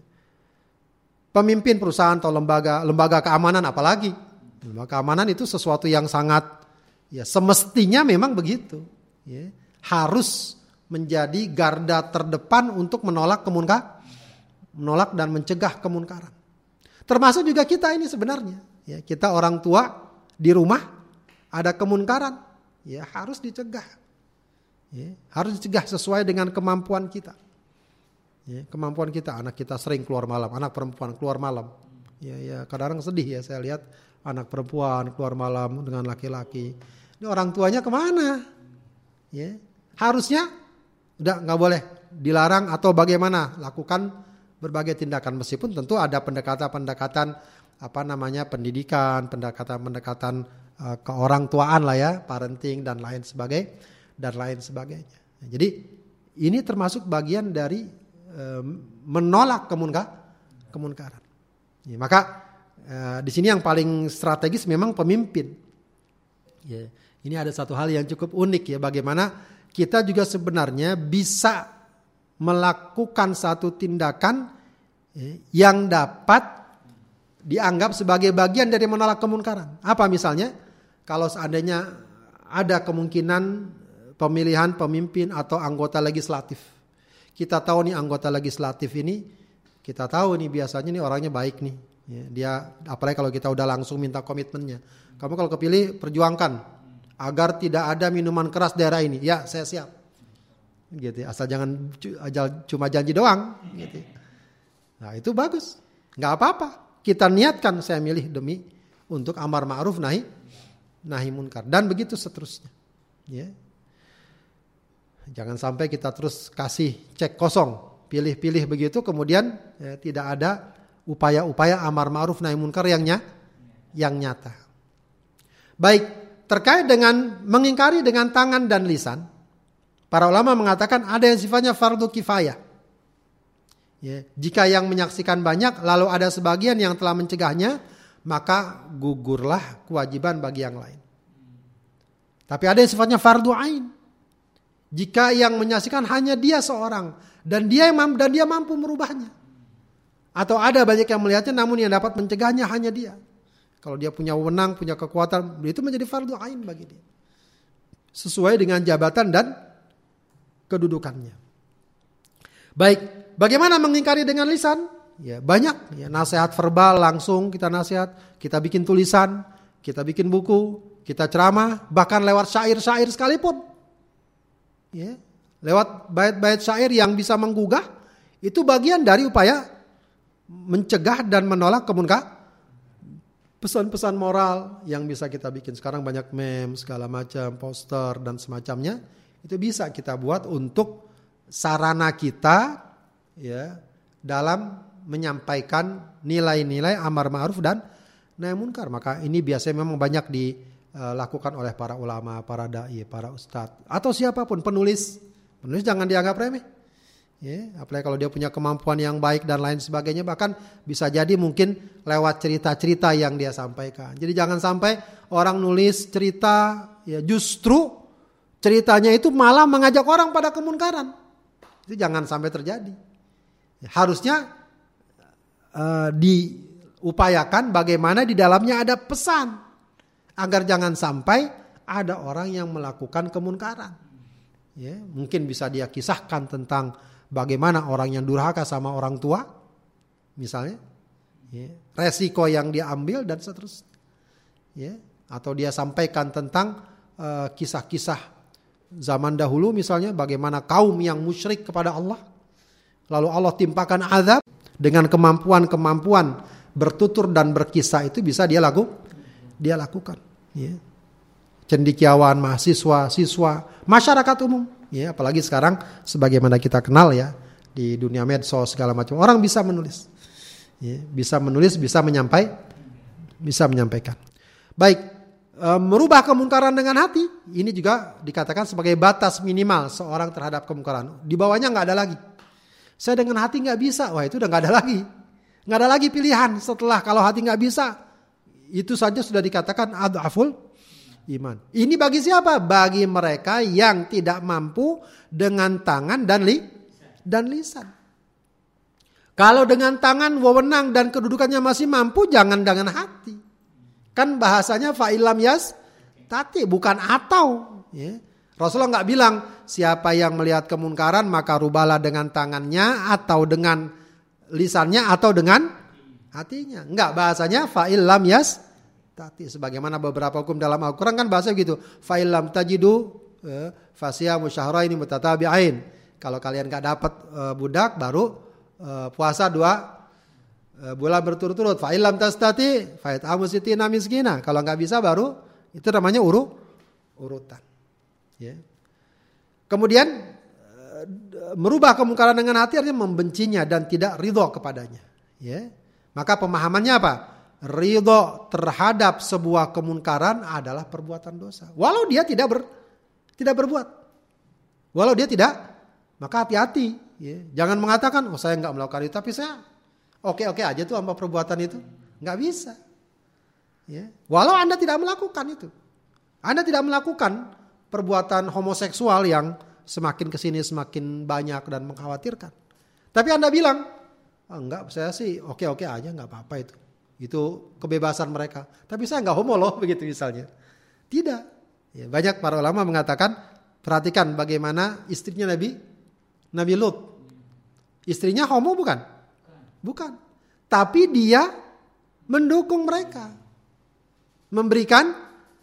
Pemimpin perusahaan atau lembaga lembaga keamanan apalagi. Lembaga keamanan itu sesuatu yang sangat, ya semestinya memang begitu. Ya. Harus menjadi garda terdepan untuk menolak kemunkaran, menolak dan mencegah kemunkaran. Termasuk juga kita ini sebenarnya, ya, kita orang tua, di rumah ada kemunkaran, ya harus dicegah. Ya, harus dicegah sesuai dengan kemampuan kita. Ya, kemampuan kita, anak kita sering keluar malam, anak perempuan keluar malam. Ya, ya kadang-kadang sedih ya saya lihat anak perempuan keluar malam dengan laki-laki. Ini orang tuanya kemana? Ya, harusnya udah nggak boleh, dilarang atau bagaimana, lakukan berbagai tindakan meskipun tentu ada pendekatan-pendekatan apa namanya pendidikan, pendekatan-pendekatan uh, ke orang tuaan lah ya, parenting dan lain sebagai dan lain sebagainya. Jadi ini termasuk bagian dari uh, menolak kemunkar, kemunkaran. Ya, maka uh, di sini yang paling strategis memang pemimpin. Ya, ini ada satu hal yang cukup unik ya, bagaimana kita juga sebenarnya bisa melakukan satu tindakan ya, yang dapat dianggap sebagai bagian dari menolak kemunkaran. Apa misalnya? Kalau seandainya ada kemungkinan pemilihan pemimpin atau anggota legislatif. Kita tahu nih anggota legislatif ini, kita tahu nih biasanya nih orangnya baik nih. Ya, dia apalagi kalau kita udah langsung minta komitmennya. Kamu kalau kepilih perjuangkan agar tidak ada minuman keras daerah ini. Ya, saya siap. Gitu. Asal jangan cuma janji doang. Gitu. Nah itu bagus, nggak apa-apa. Kita niatkan saya milih demi untuk amar ma'ruf nahi nahi munkar dan begitu seterusnya. Ya. Jangan sampai kita terus kasih cek kosong, pilih-pilih begitu kemudian ya, tidak ada upaya-upaya amar ma'ruf nahi munkar yang ny- yang nyata. Baik, terkait dengan mengingkari dengan tangan dan lisan, para ulama mengatakan ada yang sifatnya fardu kifayah. Ya, jika yang menyaksikan banyak lalu ada sebagian yang telah mencegahnya, maka gugurlah kewajiban bagi yang lain. Tapi ada yang sifatnya fardu ain. Jika yang menyaksikan hanya dia seorang dan dia yang mampu, dan dia mampu merubahnya. Atau ada banyak yang melihatnya namun yang dapat mencegahnya hanya dia. Kalau dia punya wewenang, punya kekuatan, itu menjadi fardu ain bagi dia. Sesuai dengan jabatan dan kedudukannya. Baik. Bagaimana mengingkari dengan lisan? Ya, banyak ya, nasihat verbal langsung kita nasihat, kita bikin tulisan, kita bikin buku, kita ceramah, bahkan lewat syair-syair sekalipun. Ya, lewat bait-bait syair yang bisa menggugah, itu bagian dari upaya mencegah dan menolak kemunkar. Pesan-pesan moral yang bisa kita bikin. Sekarang banyak meme, segala macam, poster dan semacamnya. Itu bisa kita buat untuk sarana kita ya dalam menyampaikan nilai-nilai amar ma'ruf dan nahi munkar. Maka ini biasanya memang banyak dilakukan oleh para ulama, para dai, para ustadz atau siapapun penulis. Penulis jangan dianggap remeh. Ya, apalagi kalau dia punya kemampuan yang baik dan lain sebagainya, bahkan bisa jadi mungkin lewat cerita-cerita yang dia sampaikan. Jadi jangan sampai orang nulis cerita ya justru ceritanya itu malah mengajak orang pada kemunkaran. Itu jangan sampai terjadi. Harusnya uh, diupayakan bagaimana di dalamnya ada pesan agar jangan sampai ada orang yang melakukan kemunkaran. Ya, mungkin bisa dia kisahkan tentang bagaimana orang yang durhaka sama orang tua, misalnya, ya, resiko yang dia ambil dan seterusnya. Ya, atau dia sampaikan tentang uh, kisah-kisah zaman dahulu, misalnya bagaimana kaum yang musyrik kepada Allah. Lalu Allah timpakan azab dengan kemampuan-kemampuan bertutur dan berkisah itu bisa dia laku, dia lakukan. Ya. Cendekiawan mahasiswa, siswa, masyarakat umum. Ya, apalagi sekarang sebagaimana kita kenal ya di dunia medsos segala macam orang bisa menulis, ya, bisa menulis, bisa menyampai, bisa menyampaikan. Baik, e, merubah kemungkaran dengan hati ini juga dikatakan sebagai batas minimal seorang terhadap kemungkaran. Di bawahnya nggak ada lagi. Saya dengan hati nggak bisa, wah itu udah nggak ada lagi, nggak ada lagi pilihan. Setelah kalau hati nggak bisa, itu saja sudah dikatakan adhaful iman. Ini bagi siapa? Bagi mereka yang tidak mampu dengan tangan dan li dan lisan. Kalau dengan tangan wewenang dan kedudukannya masih mampu, jangan dengan hati. Kan bahasanya fa'ilam yas tati, bukan atau. Ya. Rasulullah nggak bilang siapa yang melihat kemunkaran maka rubahlah dengan tangannya atau dengan lisannya atau dengan hatinya. Enggak, bahasanya fa'il lam yas yastati. Sebagaimana beberapa hukum dalam Al-Quran kan bahasa gitu. Fa illam tajidu fasiyamu syahraini mutatabi'ain. Kalau kalian gak dapat uh, budak baru uh, puasa dua uh, bulan berturut-turut. Fa illam tastati fa it'amu sittina miskina. Kalau gak bisa baru itu namanya uru, urutan. Ya. Kemudian uh, merubah kemungkaran dengan hati artinya membencinya dan tidak ridho kepadanya. Ya. Maka pemahamannya apa? Ridho terhadap sebuah kemunkaran adalah perbuatan dosa. Walau dia tidak ber, tidak berbuat. Walau dia tidak, maka hati-hati. Ya. Jangan mengatakan, oh saya nggak melakukan itu, tapi saya oke-oke aja tuh sama perbuatan itu. Nggak bisa. Ya. Walau Anda tidak melakukan itu. Anda tidak melakukan perbuatan homoseksual yang semakin kesini semakin banyak dan mengkhawatirkan. Tapi Anda bilang, oh, enggak, saya sih oke-oke aja, nggak apa-apa itu. Itu kebebasan mereka. Tapi saya nggak homo loh, begitu misalnya. Tidak. Ya, banyak para ulama mengatakan, perhatikan bagaimana istrinya Nabi Nabi Lut. Istrinya homo bukan? Bukan. Tapi dia mendukung mereka. Memberikan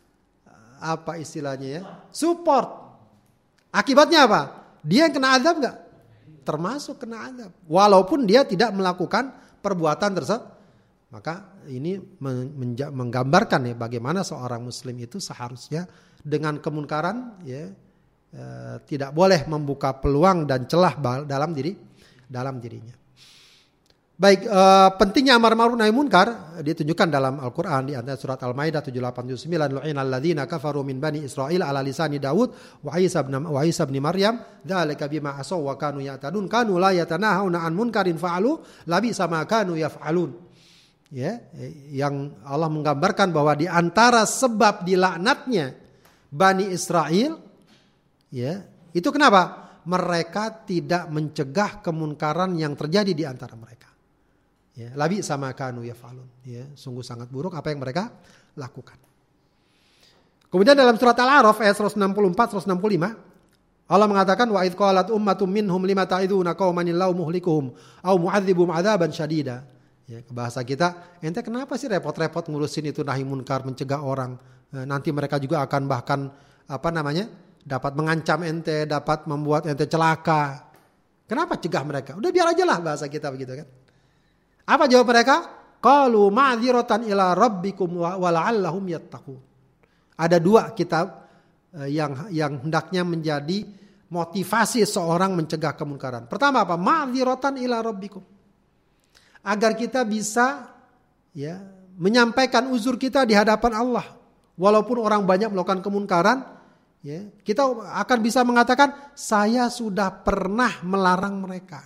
apa istilahnya ya? Support. Akibatnya apa? Dia yang kena azab nggak? Termasuk kena azab. Walaupun dia tidak melakukan perbuatan tersebut. Maka ini menja- menggambarkan ya bagaimana seorang muslim itu seharusnya dengan kemunkaran ya e, tidak boleh membuka peluang dan celah dalam diri dalam dirinya. Baik, e, pentingnya amar ma'ruf nahi munkar ditunjukkan dalam Al-Qur'an di antara surat Al-Maidah tujuh puluh delapan tujuh puluh sembilan lu'inal ladzina kafaru min bani Israil ala lisani Daud wa Isa bin wa Isa bin Maryam dzalika bima asaw wa kanu ya'tadun kanu la yatanahuna an munkarin fa'alu labisa ma kanu yaf'alun. Ya, yang Allah menggambarkan bahwa di antara sebab dilaknatnya Bani Israel, ya, itu kenapa? Mereka tidak mencegah kemunkaran yang terjadi di antara mereka. Ya, labi sama kanu yaf'alun. Ya, sungguh sangat buruk apa yang mereka lakukan. Kemudian dalam surat Al-A'raf ayat seratus enam puluh empat seratus enam puluh lima Allah mengatakan wa idh qalat ummatum minhum lima ta'iduna qauman illahu muhlikuhum au mu'adzibum 'adzaban syadida. Ya, bahasa kita, ente kenapa sih repot-repot ngurusin itu nahi munkar, mencegah orang? E, nanti mereka juga akan bahkan apa namanya, dapat mengancam ente, dapat membuat ente celaka. Kenapa cegah mereka? Udah biar aja lah bahasa kita begitu kan. Apa jawab mereka? Qalu ma'dziratan ila rabbikum wa la'allahum yattaqun. Ada dua kitab e, yang yang hendaknya menjadi motivasi seorang mencegah kemungkaran. Pertama apa? Ma'dziratan ila rabbikum. Agar kita bisa ya menyampaikan uzur kita di hadapan Allah. Walaupun orang banyak melakukan kemunkaran, ya, kita akan bisa mengatakan saya sudah pernah melarang mereka.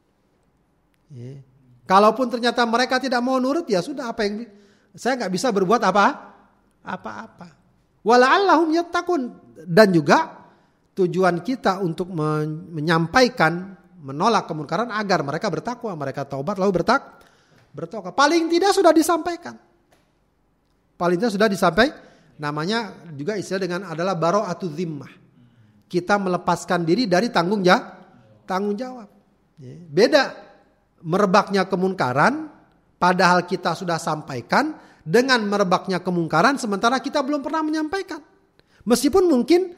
Ya. Kalaupun ternyata mereka tidak mau nurut, ya sudah apa yang saya nggak bisa berbuat apa apa-apa. Wala'allahum yattaqun. Dan juga tujuan kita untuk menyampaikan menolak kemunkaran agar mereka bertakwa, mereka taubat lalu bertak bertakwa. Paling tidak sudah disampaikan. Paling tidak sudah disampaikan. Namanya juga istilah dengan adalah bara'atu zimmah. Kita melepaskan diri dari tanggung jawab. Tanggung jawab. Beda merebaknya kemunkaran padahal kita sudah sampaikan dengan merebaknya kemungkaran sementara kita belum pernah menyampaikan. Meskipun mungkin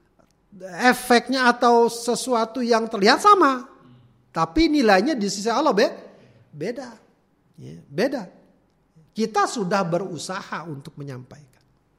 efeknya atau sesuatu yang terlihat sama. Tapi nilainya di sisi Allah be, beda. Ya, beda. Kita sudah berusaha untuk menyampaikan.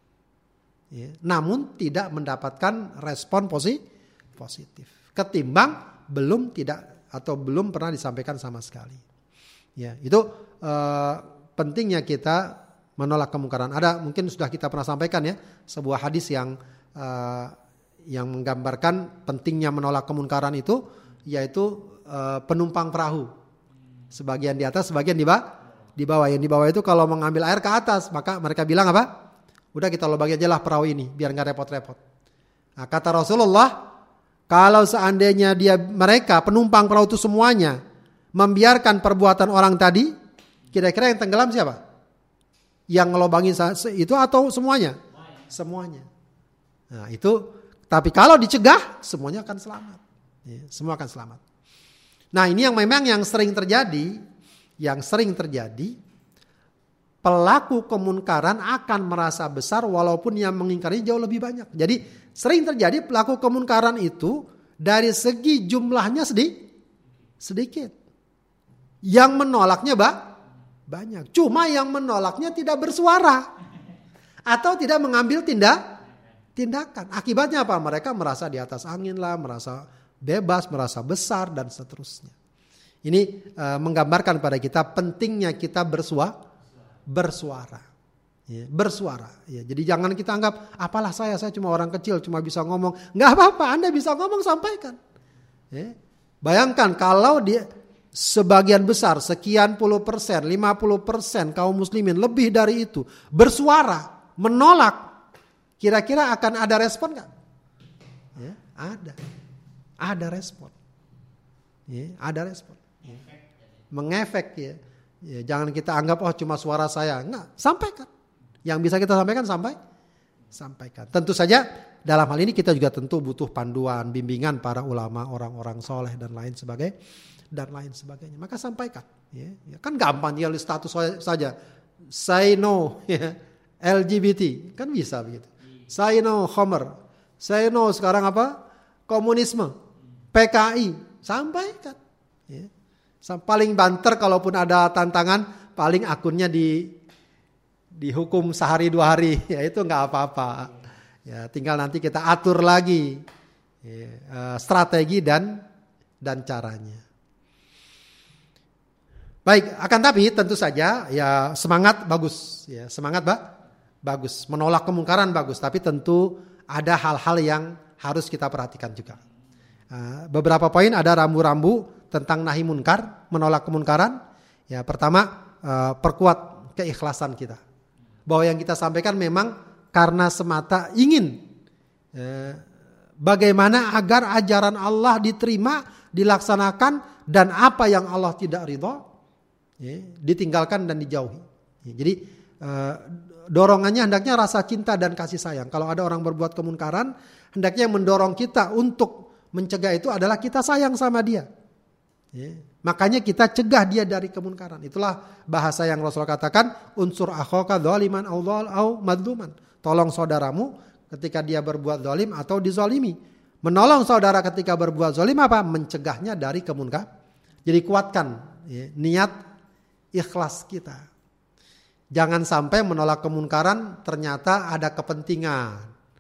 Ya, namun tidak mendapatkan respon positif. Ketimbang belum tidak atau belum pernah disampaikan sama sekali. Ya, itu uh, pentingnya kita menolak kemungkaran. Ada mungkin sudah kita pernah sampaikan ya. Sebuah hadis yang uh, yang menggambarkan pentingnya menolak kemungkaran itu. Yaitu penumpang perahu, sebagian di atas, sebagian di bawah. Di bawah yang di bawah itu kalau mengambil air ke atas, maka mereka bilang apa? Udah kita lubang aja lah perahu ini, biar nggak repot-repot. Nah, kata Rasulullah, kalau seandainya dia mereka penumpang perahu itu semuanya membiarkan perbuatan orang tadi, kira-kira yang tenggelam siapa? Yang ngelobangin itu atau semuanya? Semuanya. Nah itu, tapi kalau dicegah, semuanya akan selamat. Ya, semua akan selamat. Nah ini yang memang yang sering terjadi, yang sering terjadi pelaku kemunkaran akan merasa besar walaupun yang mengingkari jauh lebih banyak. Jadi sering terjadi pelaku kemunkaran itu dari segi jumlahnya sedikit. sedikit. Yang menolaknya bah, banyak. Cuma yang menolaknya tidak bersuara. Atau tidak mengambil tindak, tindakan. Akibatnya apa? Mereka merasa di atas angin lah, merasa bebas, merasa besar dan seterusnya. Ini uh, menggambarkan pada kita pentingnya kita bersuara. Bersuara, ya, bersuara. Ya, jadi jangan kita anggap apalah saya, saya cuma orang kecil, cuma bisa ngomong. Nggak apa-apa, Anda bisa ngomong, sampaikan. Ya. Bayangkan kalau dia sebagian besar, sekian puluh persen, lima puluh persen kaum muslimin lebih dari itu bersuara, menolak, kira-kira akan ada respon nggak? Ya, ada, ada respon. Ya, ada respon. Ya. Mengefek ya. Ya, jangan kita anggap oh cuma suara saya. Enggak, sampaikan. Yang bisa kita sampaikan sampai sampaikan. Tentu saja dalam hal ini kita juga tentu butuh panduan, bimbingan para ulama, orang-orang soleh dan lain sebagainya dan lain sebagainya. Maka sampaikan. Ya, ya kan gampang ya status saja. Say no ya, L G B T kan bisa begitu. Say no Homer. Say no sekarang apa? Komunisme. P K I sampaikan. Ya. Paling banter kalaupun ada tantangan, paling akunnya di dihukum sehari dua hari, ya itu nggak apa-apa. Ya tinggal nanti kita atur lagi ya, strategi dan dan caranya. Baik, akan tapi tentu saja ya semangat bagus, ya semangat bah, bagus, menolak kemungkaran bagus, tapi tentu ada hal-hal yang harus kita perhatikan juga. Beberapa poin ada rambu-rambu tentang nahi munkar, menolak kemunkaran. Ya, pertama perkuat keikhlasan kita. Bahwa yang kita sampaikan memang karena semata ingin eh, bagaimana agar ajaran Allah diterima, dilaksanakan dan apa yang Allah tidak ridho ya, ditinggalkan dan dijauhi. Ya, jadi eh, dorongannya hendaknya rasa cinta dan kasih sayang. Kalau ada orang berbuat kemunkaran, hendaknya mendorong kita untuk mencegah itu adalah kita sayang sama dia. Ya. Makanya kita cegah dia dari kemunkaran. Itulah bahasa yang Rasulullah katakan, unsur akhaka dzaliman au madluman. Tolong saudaramu ketika dia berbuat zalim atau dizalimi. Menolong saudara ketika berbuat zalim apa? Mencegahnya dari kemunkaran. Jadi kuatkan ya, niat ikhlas kita. Jangan sampai menolak kemunkaran ternyata ada kepentingan.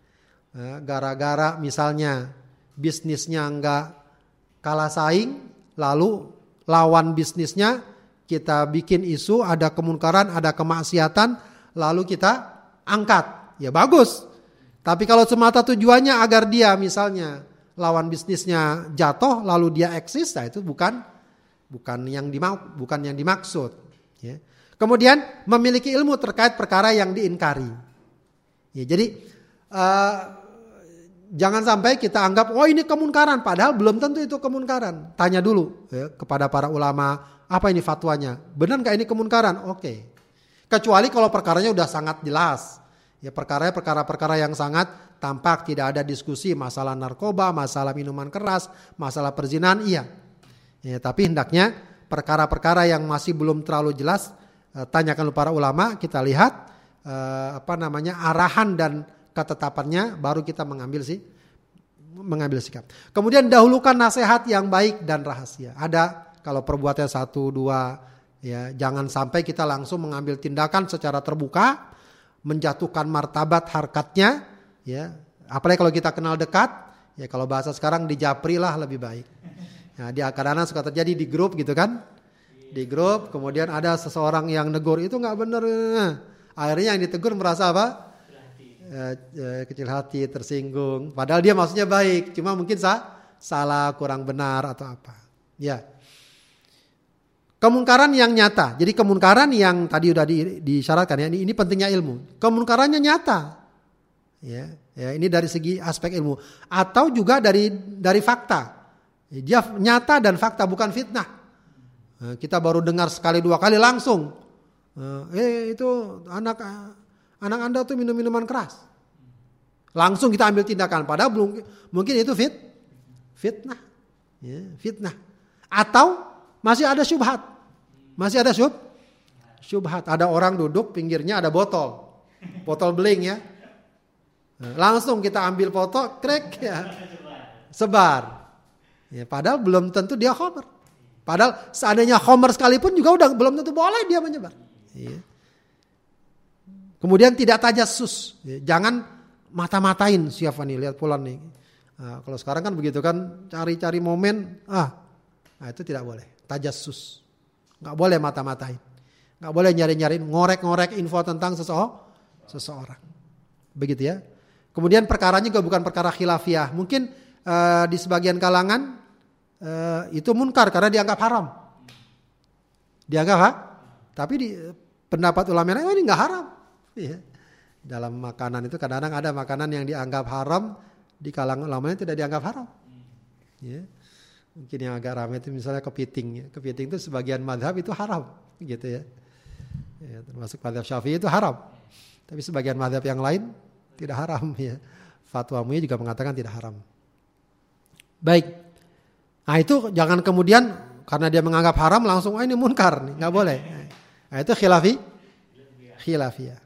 Ya, gara-gara misalnya bisnisnya enggak kalah saing, lalu lawan bisnisnya kita bikin isu, ada kemunkaran, ada kemaksiatan, lalu kita angkat. Ya bagus. Tapi kalau semata tujuannya agar dia misalnya lawan bisnisnya jatuh, lalu dia eksis, nah itu bukan bukan yang dimau, bukan yang dimaksud. Ya. Kemudian memiliki ilmu terkait perkara yang diingkari. Ya, jadi uh, jangan sampai kita anggap, oh ini kemunkaran, padahal belum tentu itu kemunkaran. Tanya dulu ya, kepada para ulama, apa ini fatwanya? Benar nggak ini kemunkaran? Oke. Kecuali kalau perkaranya udah sangat jelas. Ya perkara perkara-perkara yang sangat tampak, tidak ada diskusi, masalah narkoba, masalah minuman keras, masalah perzinahan, iya. Ya, tapi hendaknya perkara-perkara yang masih belum terlalu jelas, eh, tanyakan para ulama, kita lihat eh, apa namanya arahan dan ketetapannya, baru kita mengambil sih mengambil sikap. Kemudian dahulukan nasihat yang baik dan rahasia. Ada kalau perbuatannya satu dua, ya jangan sampai kita langsung mengambil tindakan secara terbuka, menjatuhkan martabat harkatnya, ya apalagi kalau kita kenal dekat, ya kalau bahasa sekarang dijapri lah lebih baik. Ya, di kadang-kadang suka terjadi di grup gitu kan, di grup kemudian ada seseorang yang negur itu nggak benar, akhirnya yang ditegur merasa apa? Eh, kecil hati, tersinggung. Padahal dia maksudnya baik, cuma mungkin sah, salah, kurang benar atau apa. Ya. Kemungkaran yang nyata. Jadi kemungkaran yang tadi udah di, disyaratkan ya, ini, ini pentingnya ilmu. Kemungkarannya nyata. Ya, ya, ini dari segi aspek ilmu atau juga dari dari fakta. Dia nyata dan fakta, bukan fitnah. Kita baru dengar sekali dua kali langsung. Eh itu anak anak Anda tuh minum minuman keras. Langsung kita ambil tindakan. Padahal belum mungkin itu fit fitnah. Ya, fitnah. Atau masih ada syubhat. Masih ada syub, syubhat. Ada orang duduk pinggirnya ada botol. Botol beling ya. Langsung kita ambil foto, krek ya. Sebar. Ya, padahal belum tentu dia khomer. Padahal seandainya khomer sekalipun juga udah belum tentu boleh dia menyebar. Ya. Kemudian tidak tajassus. Ya, jangan mata-matain siapa nih, lihat pulang nih. Nah, kalau sekarang kan begitu kan, cari-cari momen, ah, nah itu tidak boleh. Tajassus. Nggak boleh mata-matain. Nggak boleh nyari-nyari, ngorek-ngorek info tentang seseorang. Begitu ya. Kemudian perkaranya juga bukan perkara khilafiyah. Mungkin uh, di sebagian kalangan uh, itu munkar karena dianggap haram. Dianggap ha? Tapi di pendapat ulama lain, oh ini nggak haram. Ya. Dalam makanan itu kadang-kadang ada makanan yang dianggap haram, di kalangan ulama tidak dianggap haram. Ya. Mungkin yang agak ramai itu misalnya kepiting. Ya. Kepiting itu sebagian madhab itu haram. Gitu ya. Ya, termasuk madhab Syafi'i itu haram. Tapi sebagian madhab yang lain tidak haram ya. Fatwa M U I juga mengatakan tidak haram. Baik. Nah itu jangan kemudian karena dia menganggap haram langsung, oh ini munkar nih, nggak boleh. Nah itu khilafi, khilafiyah.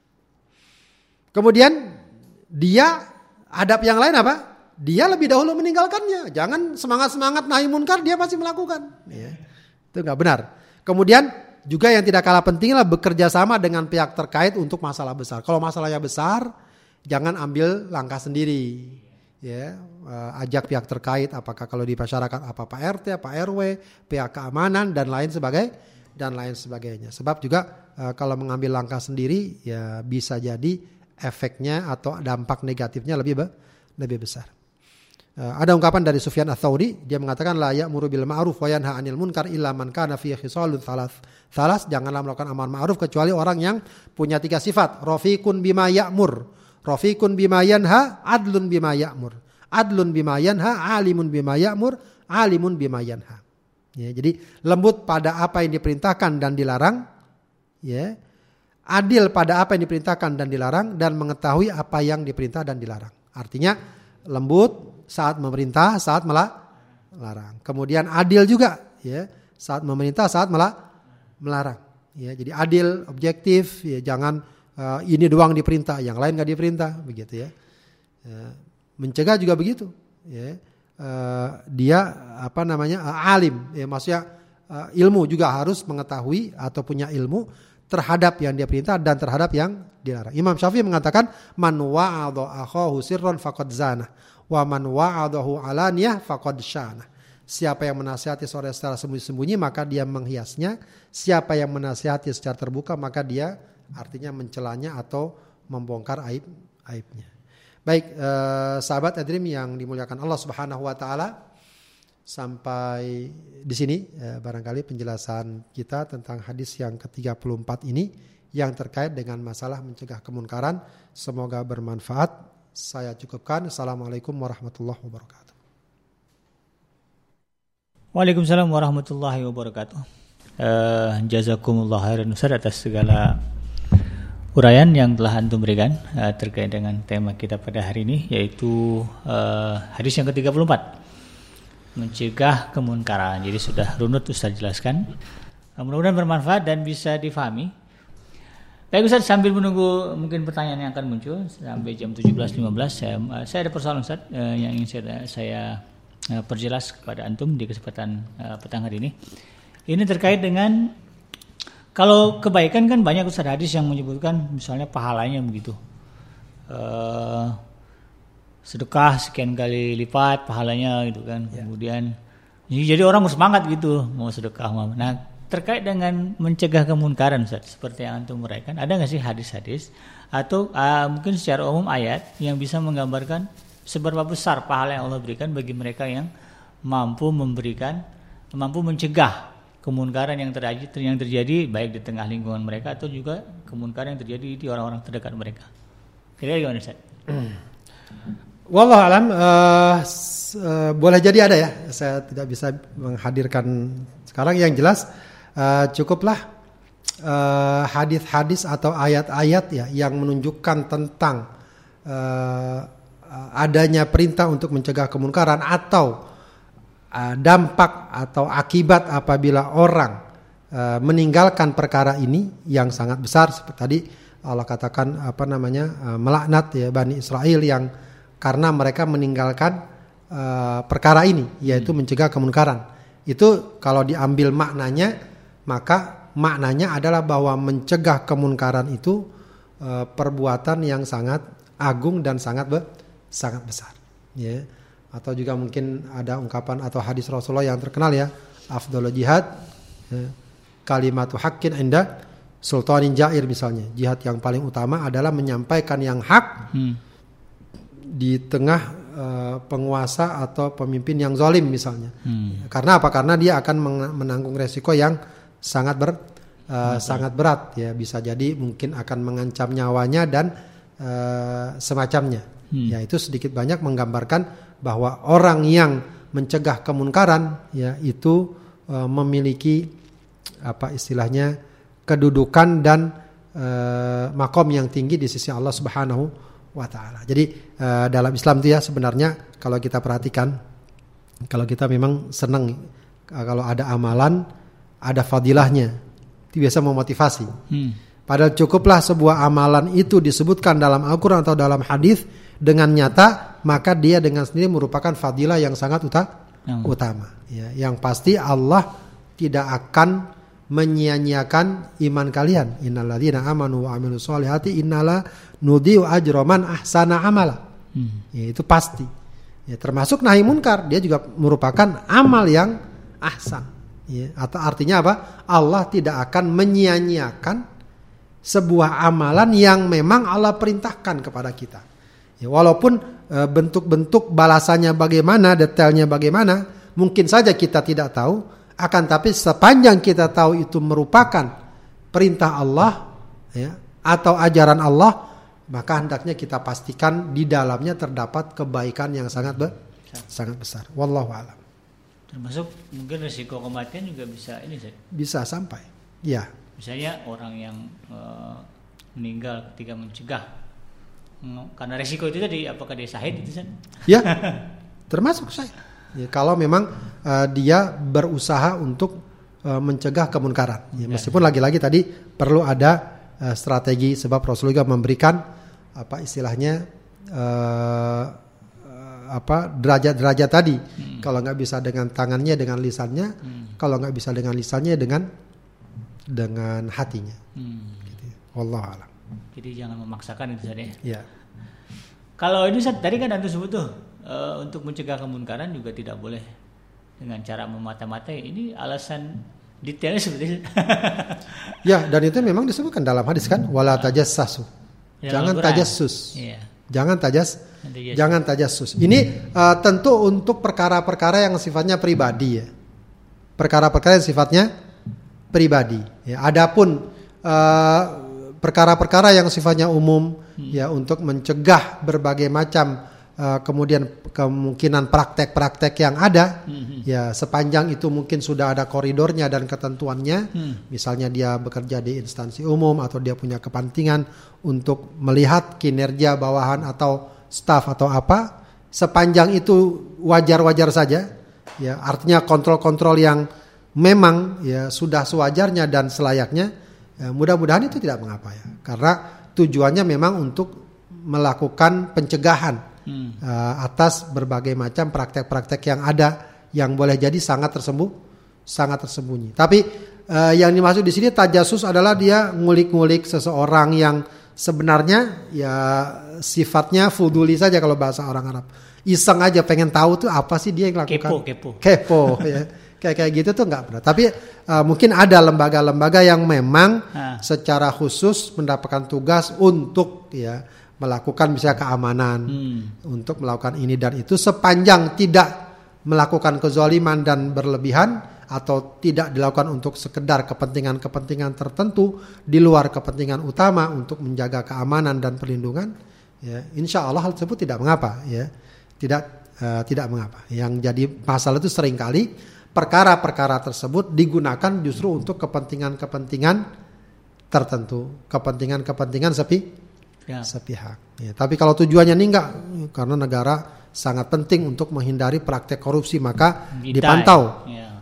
Kemudian dia adab yang lain apa? Dia lebih dahulu meninggalkannya. Jangan semangat-semangat nahi munkar dia pasti melakukan. Ya. Itu nggak benar. Kemudian juga yang tidak kalah penting adalah bekerja sama dengan pihak terkait untuk masalah besar. Kalau masalahnya besar, jangan ambil langkah sendiri. Ya, uh, ajak pihak terkait, apakah kalau di masyarakat apa Pak R T, Pak R W, pihak keamanan dan lain sebagai dan lain sebagainya. Sebab juga uh, kalau mengambil langkah sendiri, ya bisa jadi efeknya atau dampak negatifnya lebih be- lebih besar. Uh, ada ungkapan dari Sufyan Ats-Tsauri, dia mengatakan la ya'muru bil ma'ruf wa yanha 'anil munkar illa man kana fihi khisalun thalath. Thalas, janganlah melakukan amar ma'ruf kecuali orang yang punya tiga sifat. Rafiqun bima ya'mur, rafiqun bima yanha, adlun bima ya'mur. Adlun bima yanha, alimun bima ya'mur, alimun bima yanha. Ya, jadi lembut pada apa yang diperintahkan dan dilarang, ya. Adil pada apa yang diperintahkan dan dilarang, dan mengetahui apa yang diperintah dan dilarang. Artinya lembut saat memerintah, saat melarang. Kemudian adil juga, ya, saat memerintah, saat melarang. Ya, jadi adil, objektif, ya, jangan uh, ini doang diperintah, yang lain nggak diperintah, begitu ya. Ya, mencegah juga begitu, ya. Uh, dia apa namanya uh, alim, ya, maksudnya uh, ilmu juga harus mengetahui atau punya ilmu terhadap yang dia perintah dan terhadap yang dilarang. Imam Syafi'i mengatakan man wa'adha akhahu sirran faqad zana wa man wa'adahu alaniyah faqad syana. Siapa yang menasihati seorang secara sembunyi-sembunyi maka dia menghiasnya. Siapa yang menasihati secara terbuka maka dia artinya mencelanya atau membongkar aib aibnya. Baik, eh, sahabat Adrim yang dimuliakan Allah Subhanahu wa taala, sampai di sini eh, barangkali penjelasan kita tentang hadis yang ke tiga puluh empat ini yang terkait dengan masalah mencegah kemunkaran. Semoga bermanfaat. Saya cukupkan. Assalamualaikum warahmatullahi wabarakatuh. Waalaikumsalam warahmatullahi wabarakatuh. Uh, jazakumullah khairan Ustaz atas segala uraian yang telah antum berikan uh, terkait dengan tema kita pada hari ini, yaitu uh, hadis yang ke tiga puluh empat, mencegah kemunkaran. Jadi sudah runut Ustaz jelaskan. Uh, mudah-mudahan bermanfaat dan bisa difahami. Baik Ustaz, sambil menunggu mungkin pertanyaan yang akan muncul sampai jam tujuh belas lima belas, saya, uh, saya ada persoalan Ustaz uh, yang ingin saya, saya uh, perjelas kepada antum di kesempatan uh, petang hari ini. Ini terkait dengan kalau kebaikan kan banyak Ustaz hadis yang menyebutkan misalnya pahalanya begitu. Uh, sedekah sekian kali lipat pahalanya gitu kan. Ya. Kemudian jadi orang semangat gitu mau sedekah. Nah, terkait dengan mencegah kemunkaran Ustaz, seperti yang antum uraikan, ada enggak sih hadis-hadis atau uh, mungkin secara umum ayat yang bisa menggambarkan seberapa besar pahala yang Allah berikan bagi mereka yang mampu memberikan, mampu mencegah kemunkaran yang terjadi yang terjadi baik di tengah lingkungan mereka atau juga kemunkaran yang terjadi di orang-orang terdekat mereka. Kira-kira gimana Ustaz? Wallahu alam, uh, uh, boleh jadi ada ya. Saya tidak bisa menghadirkan sekarang. Yang jelas uh, cukuplah uh, hadis-hadis atau ayat-ayat ya yang menunjukkan tentang uh, adanya perintah untuk mencegah kemunkaran atau dampak atau akibat apabila orang uh, meninggalkan perkara ini yang sangat besar seperti tadi Allah katakan apa namanya uh, melaknat ya Bani Israel yang karena mereka meninggalkan uh, perkara ini yaitu hmm. mencegah kemunkaran. Itu kalau diambil maknanya maka maknanya adalah bahwa mencegah kemunkaran itu uh, perbuatan yang sangat agung dan sangat be- sangat besar ya. Atau juga mungkin ada ungkapan atau hadis Rasulullah yang terkenal ya, afdhalul jihad ya, kalimatu haqqin inda sultanin jair misalnya. Jihad yang paling utama adalah menyampaikan yang hak hmm. di tengah uh, penguasa atau pemimpin yang zalim misalnya. Hmm. Karena apa? Karena dia akan menanggung resiko yang sangat ber, uh, sangat berat ya, bisa jadi mungkin akan mengancam nyawanya dan uh, semacamnya. Hmm. Ya itu sedikit banyak menggambarkan bahwa orang yang mencegah kemunkaran ya itu uh, memiliki apa istilahnya kedudukan dan uh, makom yang tinggi di sisi Allah Subhanahu wa taala. Jadi uh, dalam Islam itu ya sebenarnya kalau kita perhatikan, kalau kita memang senang uh, kalau ada amalan ada fadilahnya, itu biasa memotivasi. Hmm. Padahal cukuplah sebuah amalan itu disebutkan dalam Al-Quran atau dalam hadis dengan nyata, maka dia dengan sendiri merupakan fadilah yang sangat uta- hmm. utama. Ya, yang pasti Allah tidak akan menyia-nyiakan iman kalian. Innalladzina amanu wa amilus solihati innala nudhi'u ajra man ahsana amala. Hmm. Ya, itu pasti. Ya, termasuk nahi munkar, dia juga merupakan amal yang ahsan. Ya, atau artinya apa? Allah tidak akan menyia-nyiakan sebuah amalan yang memang Allah perintahkan kepada kita. Ya, walaupun e, bentuk-bentuk balasannya bagaimana, detailnya bagaimana, mungkin saja kita tidak tahu. Akan tapi sepanjang kita tahu itu merupakan perintah Allah ya, atau ajaran Allah, maka hendaknya kita pastikan di dalamnya terdapat kebaikan yang sangat be- sangat besar. Wallahu a'lam. Termasuk mungkin risiko kematian juga bisa ini Zat. Bisa sampai. Ya. Misalnya orang yang uh, meninggal ketika mencegah karena risiko itu tadi, apakah dia syahid itu Zat? Ya. Termasuk syahid. Ya, kalau memang uh, dia berusaha untuk uh, mencegah kemunkaran. Ya, meskipun lagi-lagi tadi perlu ada uh, strategi, sebab Rasulullah memberikan apa istilahnya uh, uh, apa derajat-derajat tadi. Hmm. Kalau nggak bisa dengan tangannya, dengan lisannya. Hmm. Kalau nggak bisa dengan lisannya, dengan dengan hatinya. Hmm. Gitu. Wallahu a'lam. Jadi jangan memaksakan itu saja. Ya. Kalau ini tadi kan antum sebut tuh. Uh, untuk mencegah kemunkaran juga tidak boleh dengan cara memata-matai. Ini alasan detailnya seperti itu. Ya, dan itu memang disebutkan dalam hadis kan, wala tajassasu. Ya, jangan tajassus. Ya. Jangan tajas, tajassus. Jangan tajassus. Ini uh, tentu untuk perkara-perkara yang sifatnya pribadi ya. Perkara-perkara yang sifatnya pribadi. Ya, adapun uh, perkara-perkara yang sifatnya umum hmm. ya untuk mencegah berbagai macam Uh, kemudian kemungkinan praktek-praktek yang ada, mm-hmm. ya sepanjang itu mungkin sudah ada koridornya dan ketentuannya, mm. misalnya dia bekerja di instansi umum atau dia punya kepentingan untuk melihat kinerja bawahan atau staf atau apa, sepanjang itu wajar-wajar saja, ya artinya kontrol-kontrol yang memang ya sudah sewajarnya dan selayaknya, ya, mudah-mudahan itu tidak mengapa ya, karena tujuannya memang untuk melakukan pencegahan. Hmm. Uh, atas berbagai macam praktek-praktek yang ada yang boleh jadi sangat tersembunyi, sangat tersembunyi. Tapi uh, yang dimaksud di sini tajasus adalah dia ngulik-ngulik seseorang yang sebenarnya ya sifatnya fuduli saja kalau bahasa orang Arab. Iseng aja pengen tahu tuh apa sih dia yang lakukan. Kepo, kepo. Kepo ya. Kayak kayak gitu tuh enggak benar. Tapi uh, mungkin ada lembaga-lembaga yang memang ha. secara khusus mendapatkan tugas untuk ya melakukan misalnya keamanan, hmm. untuk melakukan ini dan itu sepanjang tidak melakukan kezaliman dan berlebihan atau tidak dilakukan untuk sekedar kepentingan-kepentingan tertentu di luar kepentingan utama untuk menjaga keamanan dan perlindungan, ya, insya Allah hal tersebut tidak mengapa, ya, tidak uh, tidak mengapa. Yang jadi masalah itu seringkali perkara-perkara tersebut digunakan justru untuk kepentingan-kepentingan tertentu, kepentingan-kepentingan sepi. Ya. sepihak. Ya, tapi kalau tujuannya ini enggak, karena negara sangat penting untuk menghindari praktek korupsi, maka Gita, dipantau, ya.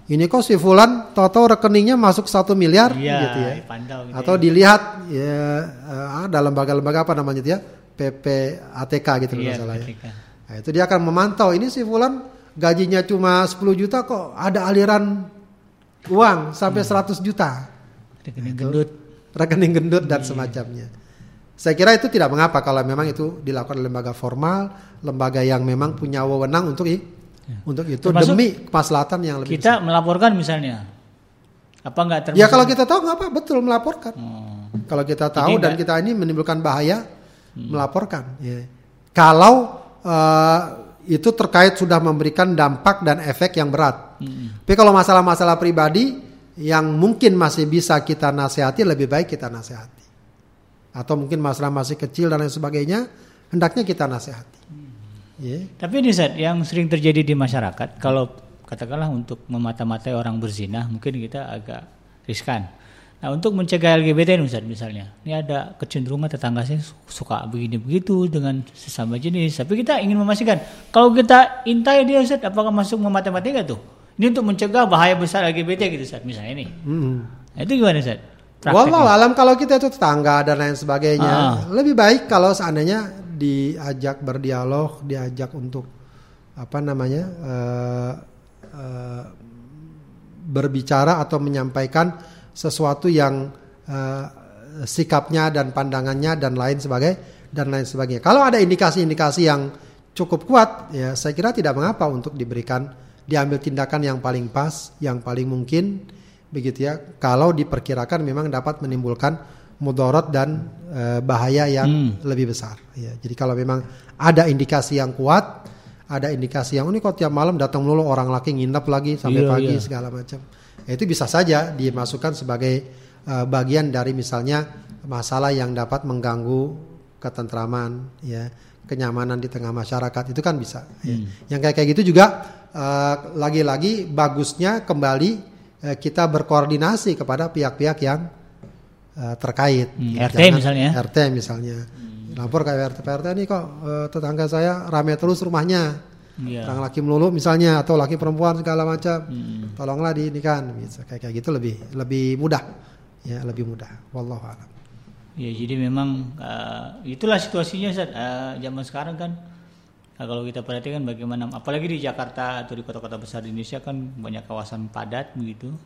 ini kok si fulan tahu-tahu rekeningnya masuk satu miliar iya, gitu ya. Pandau, gitu atau ya. dilihat ya ada lembaga-lembaga apa namanya itu ya, P P A T K gitu iya, masalah ya. Nah, itu dia akan memantau ini si fulan gajinya cuma sepuluh juta kok ada aliran uang sampai hmm. seratus juta. Rekening gendut, rekening gendut dan hmm. semacamnya. Saya kira itu tidak mengapa kalau memang itu dilakukan oleh lembaga formal, lembaga yang memang punya wewenang untuk i, ya. untuk itu. Termasuk demi kemaslahatan yang lebih kita besar. Melaporkan misalnya, apa enggak termasuk? Ya kalau kita tahu nggak apa, betul melaporkan. Hmm. Kalau kita tahu Jadi dan enggak, kita ini menimbulkan bahaya, hmm. melaporkan. Ya. Kalau uh, itu terkait sudah memberikan dampak dan efek yang berat. Hmm. Tapi kalau masalah-masalah pribadi yang mungkin masih bisa kita nasihati, lebih baik kita nasihati. Atau mungkin masalah masih kecil dan lain sebagainya, hendaknya kita nasihati. Hmm. Yeah. Tapi ini Ustaz, yang sering terjadi di masyarakat, kalau katakanlah untuk memata-matai orang berzina, mungkin kita agak riskan. Nah, untuk mencegah L G B T Ustaz misalnya, ini ada kecenderungan tetangga saya suka begini begitu dengan sesama jenis. Tapi kita ingin memastikan, kalau kita intai dia Ustaz, apakah masuk memata-matai nggak tuh? Ini untuk mencegah bahaya besar L G B T gitu Ustaz misalnya ini. Hmm. Nah, itu gimana Ustaz? Wallahu alam kalau kita itu tetangga dan lain sebagainya, ah. lebih baik kalau seandainya diajak berdialog, diajak untuk apa namanya uh, uh, berbicara atau menyampaikan sesuatu yang uh, sikapnya dan pandangannya dan lain sebagai dan lain sebagainya. Kalau ada indikasi-indikasi yang cukup kuat, ya saya kira tidak mengapa untuk diberikan diambil tindakan yang paling pas, yang paling mungkin. Begitu ya, kalau diperkirakan memang dapat menimbulkan mudarat dan e, bahaya yang hmm. lebih besar. Ya, jadi kalau memang ada indikasi yang kuat, ada indikasi yang ini kok tiap malam datang melulu orang laki nginep lagi sampai iya, pagi iya. segala macam, ya, itu bisa saja dimasukkan sebagai e, bagian dari misalnya masalah yang dapat mengganggu ketentraman, ya, kenyamanan di tengah masyarakat, itu kan bisa. Hmm. Ya. Yang kayak kayak gitu juga e, lagi-lagi bagusnya kembali kita berkoordinasi kepada pihak-pihak yang uh, terkait. Hmm, R T Jangan, misalnya. R T misalnya. Hmm. Lapor ke R T, P R T ini kok uh, tetangga saya rame terus rumahnya. Yeah. Orang laki melulu misalnya atau laki perempuan segala macam. Hmm. Tolonglah di ini kan. Bisa kayak kayak gitu lebih lebih mudah. Ya, lebih mudah. Wallahu a'lam. Ya, jadi memang uh, itulah situasinya Ustaz. Uh, zaman sekarang kan nah, kalau kita perhatikan bagaimana, apalagi di Jakarta atau di kota-kota besar di Indonesia kan banyak kawasan padat begitu,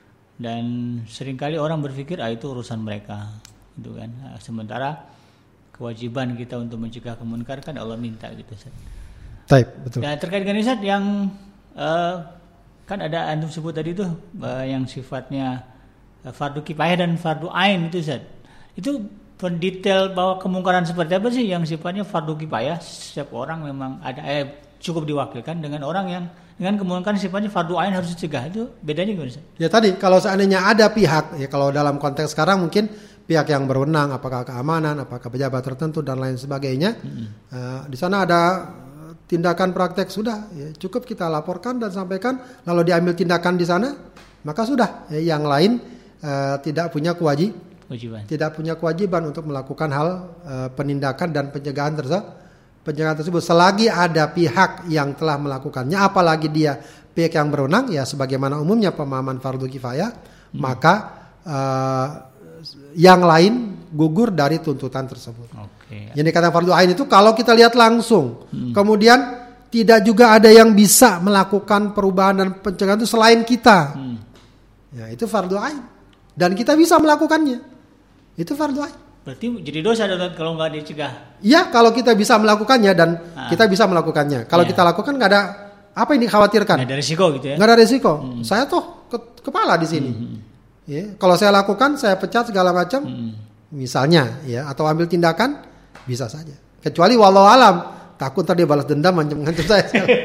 dan seringkali orang berpikir ah itu urusan mereka, gitu kan. Nah, sementara kewajiban kita untuk mencegah kemunkar kan Allah minta gitu. Taip, betul. Nah terkait dengan Ustaz yang uh, kan ada antum sebut tadi tuh uh, yang sifatnya uh, fardu kifayah dan fardu ain itu Ustaz. Itu pendetail bahwa kemungkaran seperti apa sih yang sifatnya fardu kifayah, setiap orang memang ada eh, cukup diwakilkan, dengan orang yang dengan kemungkaran sifatnya fardu ain harus dicegah, itu bedanya gimana sih? Ya tadi kalau seandainya ada pihak, ya kalau dalam konteks sekarang mungkin pihak yang berwenang, apakah keamanan, apakah pejabat tertentu dan lain sebagainya, mm-hmm. uh, di sana ada tindakan praktek sudah, ya, cukup kita laporkan dan sampaikan, lalu diambil tindakan di sana, maka sudah, ya, yang lain uh, tidak punya kewajiban. Kewajiban. Tidak punya kewajiban untuk melakukan hal uh, penindakan dan pencegahan tersebut. Pencegahan tersebut selagi ada pihak yang telah melakukannya, apalagi dia pihak yang berwenang, ya sebagaimana umumnya pemahaman fardu kifayah, hmm. maka uh, yang lain gugur dari tuntutan tersebut. Okay. Yang dikatakan fardu ain itu kalau kita lihat langsung, hmm. kemudian tidak juga ada yang bisa melakukan perubahan dan pencegahan itu selain kita, hmm. ya itu fardu ain dan kita bisa melakukannya. Itu fardu ain. Berarti jadi dosa dong kalau nggak dicegah. Iya, kalau kita bisa melakukannya dan ah. kita bisa melakukannya. Kalau ya. kita lakukan nggak ada apa yang dikhawatirkan. Nggak ada risiko gitu ya? Nggak ada risiko. Hmm. Saya tuh ke, kepala di sini. Hmm. Ya, kalau saya lakukan, saya pecat segala macam, hmm. misalnya, ya, atau ambil tindakan, bisa saja. Kecuali walau alam, takut tadi balas dendam ngancam saya.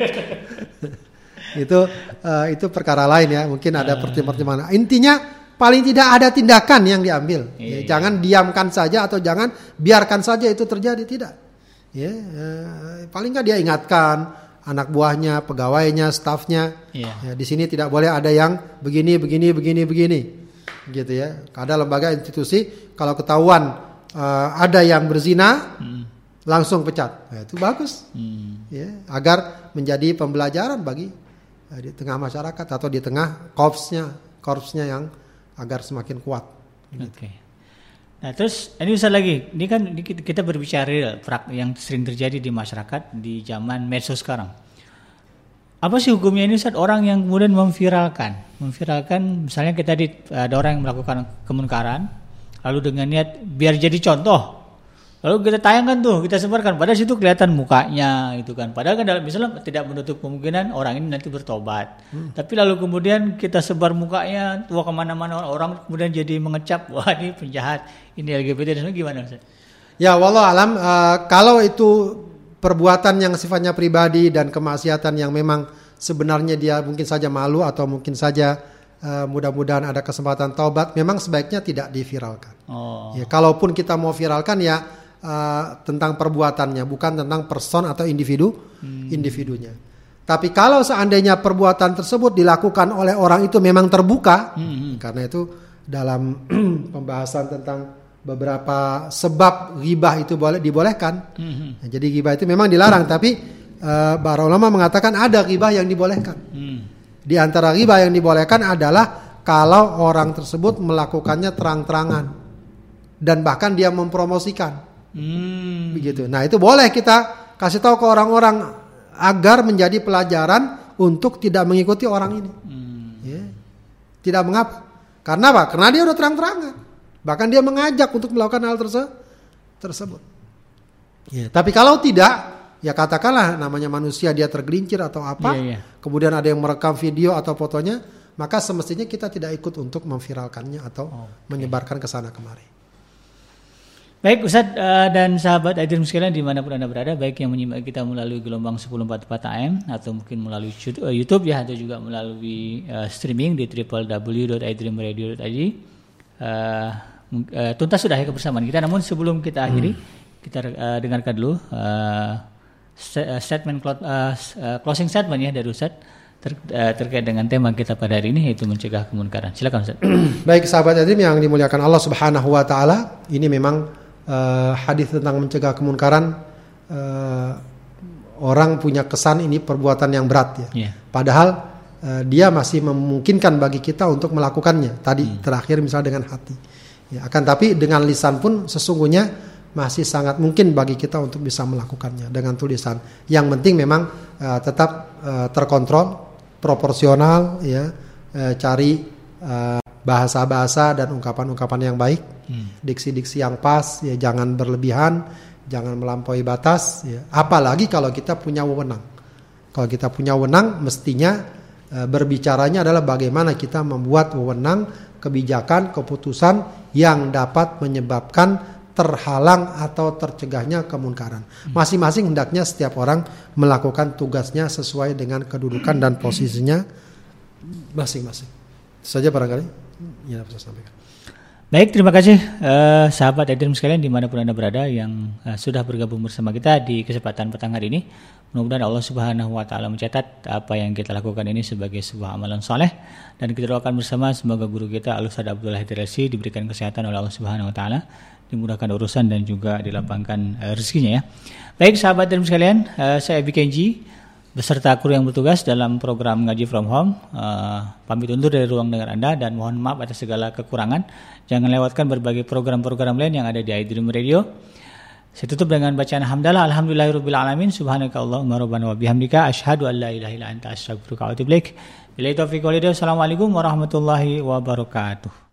itu uh, itu perkara lain ya. Mungkin ada pertimbangan. Intinya paling tidak ada tindakan yang diambil. Iya, ya, iya. Jangan diamkan saja atau jangan biarkan saja itu terjadi, tidak. Ya, eh, paling nggak dia ingatkan anak buahnya, pegawainya, stafnya. Iya. Ya, di sini tidak boleh ada yang begini, begini, begini, begini, gitu ya. Ada lembaga institusi kalau ketahuan uh, ada yang berzina, hmm. langsung pecat. Nah, itu bagus. Hmm. Ya, agar menjadi pembelajaran bagi di tengah masyarakat atau di tengah korpsnya, korpsnya yang agar semakin kuat. Oke. Okay. Nah terus ini Ustaz lagi, ini kan kita berbicara real, yang sering terjadi di masyarakat di zaman medsos sekarang. Apa sih hukumnya ini Ustaz, orang yang kemudian memviralkan, memviralkan misalnya kita di, ada orang yang melakukan kemunkaran, lalu dengan niat biar jadi contoh, lalu kita tayangkan tuh, kita sebarkan, padahal situ kelihatan mukanya gitu kan, padahal kan dalam misalnya tidak menutup kemungkinan orang ini nanti bertobat, hmm. tapi lalu kemudian kita sebar mukanya, tua kemana-mana orang kemudian jadi mengecap, wah ini penjahat, ini L G B T dan sebagainya, gimana Ustaz? Ya wallahu alam, uh, kalau itu perbuatan yang sifatnya pribadi dan kemaksiatan yang memang sebenarnya dia mungkin saja malu atau mungkin saja uh, mudah-mudahan ada kesempatan taubat, memang sebaiknya tidak diviralkan. Oh. Ya, kalaupun kita mau viralkan ya uh, tentang perbuatannya, bukan tentang person atau individu hmm. individunya. Tapi kalau seandainya perbuatan tersebut dilakukan oleh orang itu memang terbuka, hmm. karena itu dalam pembahasan tentang beberapa sebab ghibah itu boleh dibolehkan. Mm-hmm. Nah, jadi ghibah itu memang dilarang, tapi uh, para ulama mengatakan ada ghibah yang dibolehkan. Mm. Di antara ghibah yang dibolehkan adalah kalau orang tersebut melakukannya terang-terangan dan bahkan dia mempromosikan. Mm. Begitu. Nah, itu boleh kita kasih tahu ke orang-orang agar menjadi pelajaran untuk tidak mengikuti orang ini. Mm. Ya. Tidak mengapa. Karena apa? Karena dia udah terang-terangan. Bahkan dia mengajak untuk melakukan hal terse- tersebut. Ya, tapi kalau tidak, ya katakanlah namanya manusia dia tergelincir atau apa, yeah, yeah. kemudian ada yang merekam video atau fotonya, maka semestinya kita tidak ikut untuk memviralkannya atau oh, okay. menyebarkan ke sana kemari. Baik Ustadz uh, dan sahabat Aidim sekalian dimanapun Anda berada, baik yang menyimak kita melalui gelombang sepuluh empat puluh empat A M atau mungkin melalui YouTube ya, atau juga melalui uh, streaming di w w w dot i dream radio dot i d. Uh, Uh, tuntas sudah ya kebersamaan kita, namun sebelum kita akhiri hmm. kita uh, dengarkan dulu uh, statement uh, closing statement ya dari Ustaz ter, uh, terkait dengan tema kita pada hari ini, yaitu mencegah kemunkaran. Silakan Ustaz. Baik sahabat Adim yang dimuliakan Allah Subhanahu wa taala, ini memang uh, hadis tentang mencegah kemunkaran, uh, orang punya kesan ini perbuatan yang berat ya. Yeah. Padahal uh, dia masih memungkinkan bagi kita untuk melakukannya. Tadi hmm. terakhir misalnya dengan hati. Ya, akan tapi dengan lisan pun sesungguhnya masih sangat mungkin bagi kita untuk bisa melakukannya dengan tulisan. Yang penting memang uh, tetap uh, terkontrol, proporsional, ya, uh, cari uh, bahasa-bahasa dan ungkapan-ungkapan yang baik, hmm. diksi-diksi yang pas, ya, jangan berlebihan, jangan melampaui batas. Ya. Apalagi kalau kita punya wewenang. Kalau kita punya wewenang, mestinya uh, berbicaranya adalah bagaimana kita membuat wewenang, kebijakan, keputusan yang dapat menyebabkan terhalang atau tercegahnya kemunkaran. Masing-masing hendaknya setiap orang melakukan tugasnya sesuai dengan kedudukan dan posisinya masing-masing. Itu saja barangkali yang bisa sampaikan. Baik, terima kasih uh, sahabat Aidim sekalian dimanapun Anda berada yang uh, sudah bergabung bersama kita di kesempatan petang hari ini. Mudah-mudahan Allah Subhanahu wa taala mencatat apa yang kita lakukan ini sebagai sebuah amalan saleh, dan kita doakan bersama semoga guru kita Al-Ustaz Abdullah Hidrasi diberikan kesehatan oleh Allah Subhanahu wa taala, dimudahkan urusan dan juga dilapangkan uh, rezekinya ya. Baik sahabat Aidim sekalian, uh, saya Abi Kenji beserta kru yang bertugas dalam program Ngaji From Home uh, pamit undur dari ruang dengar Anda dan mohon maaf atas segala kekurangan. Jangan lewatkan berbagai program-program lain yang ada di iDream Radio. Saya tutup dengan bacaan hamdalah alhamdulillahirabbil alamin subhanakallahumma rabbana wa bihamdika asyhadu an la ilaha illa anta astaghfiruka wa atubu ilaik. Billahi taufiq wal hidayah. Assalamualaikum warahmatullahi wabarakatuh.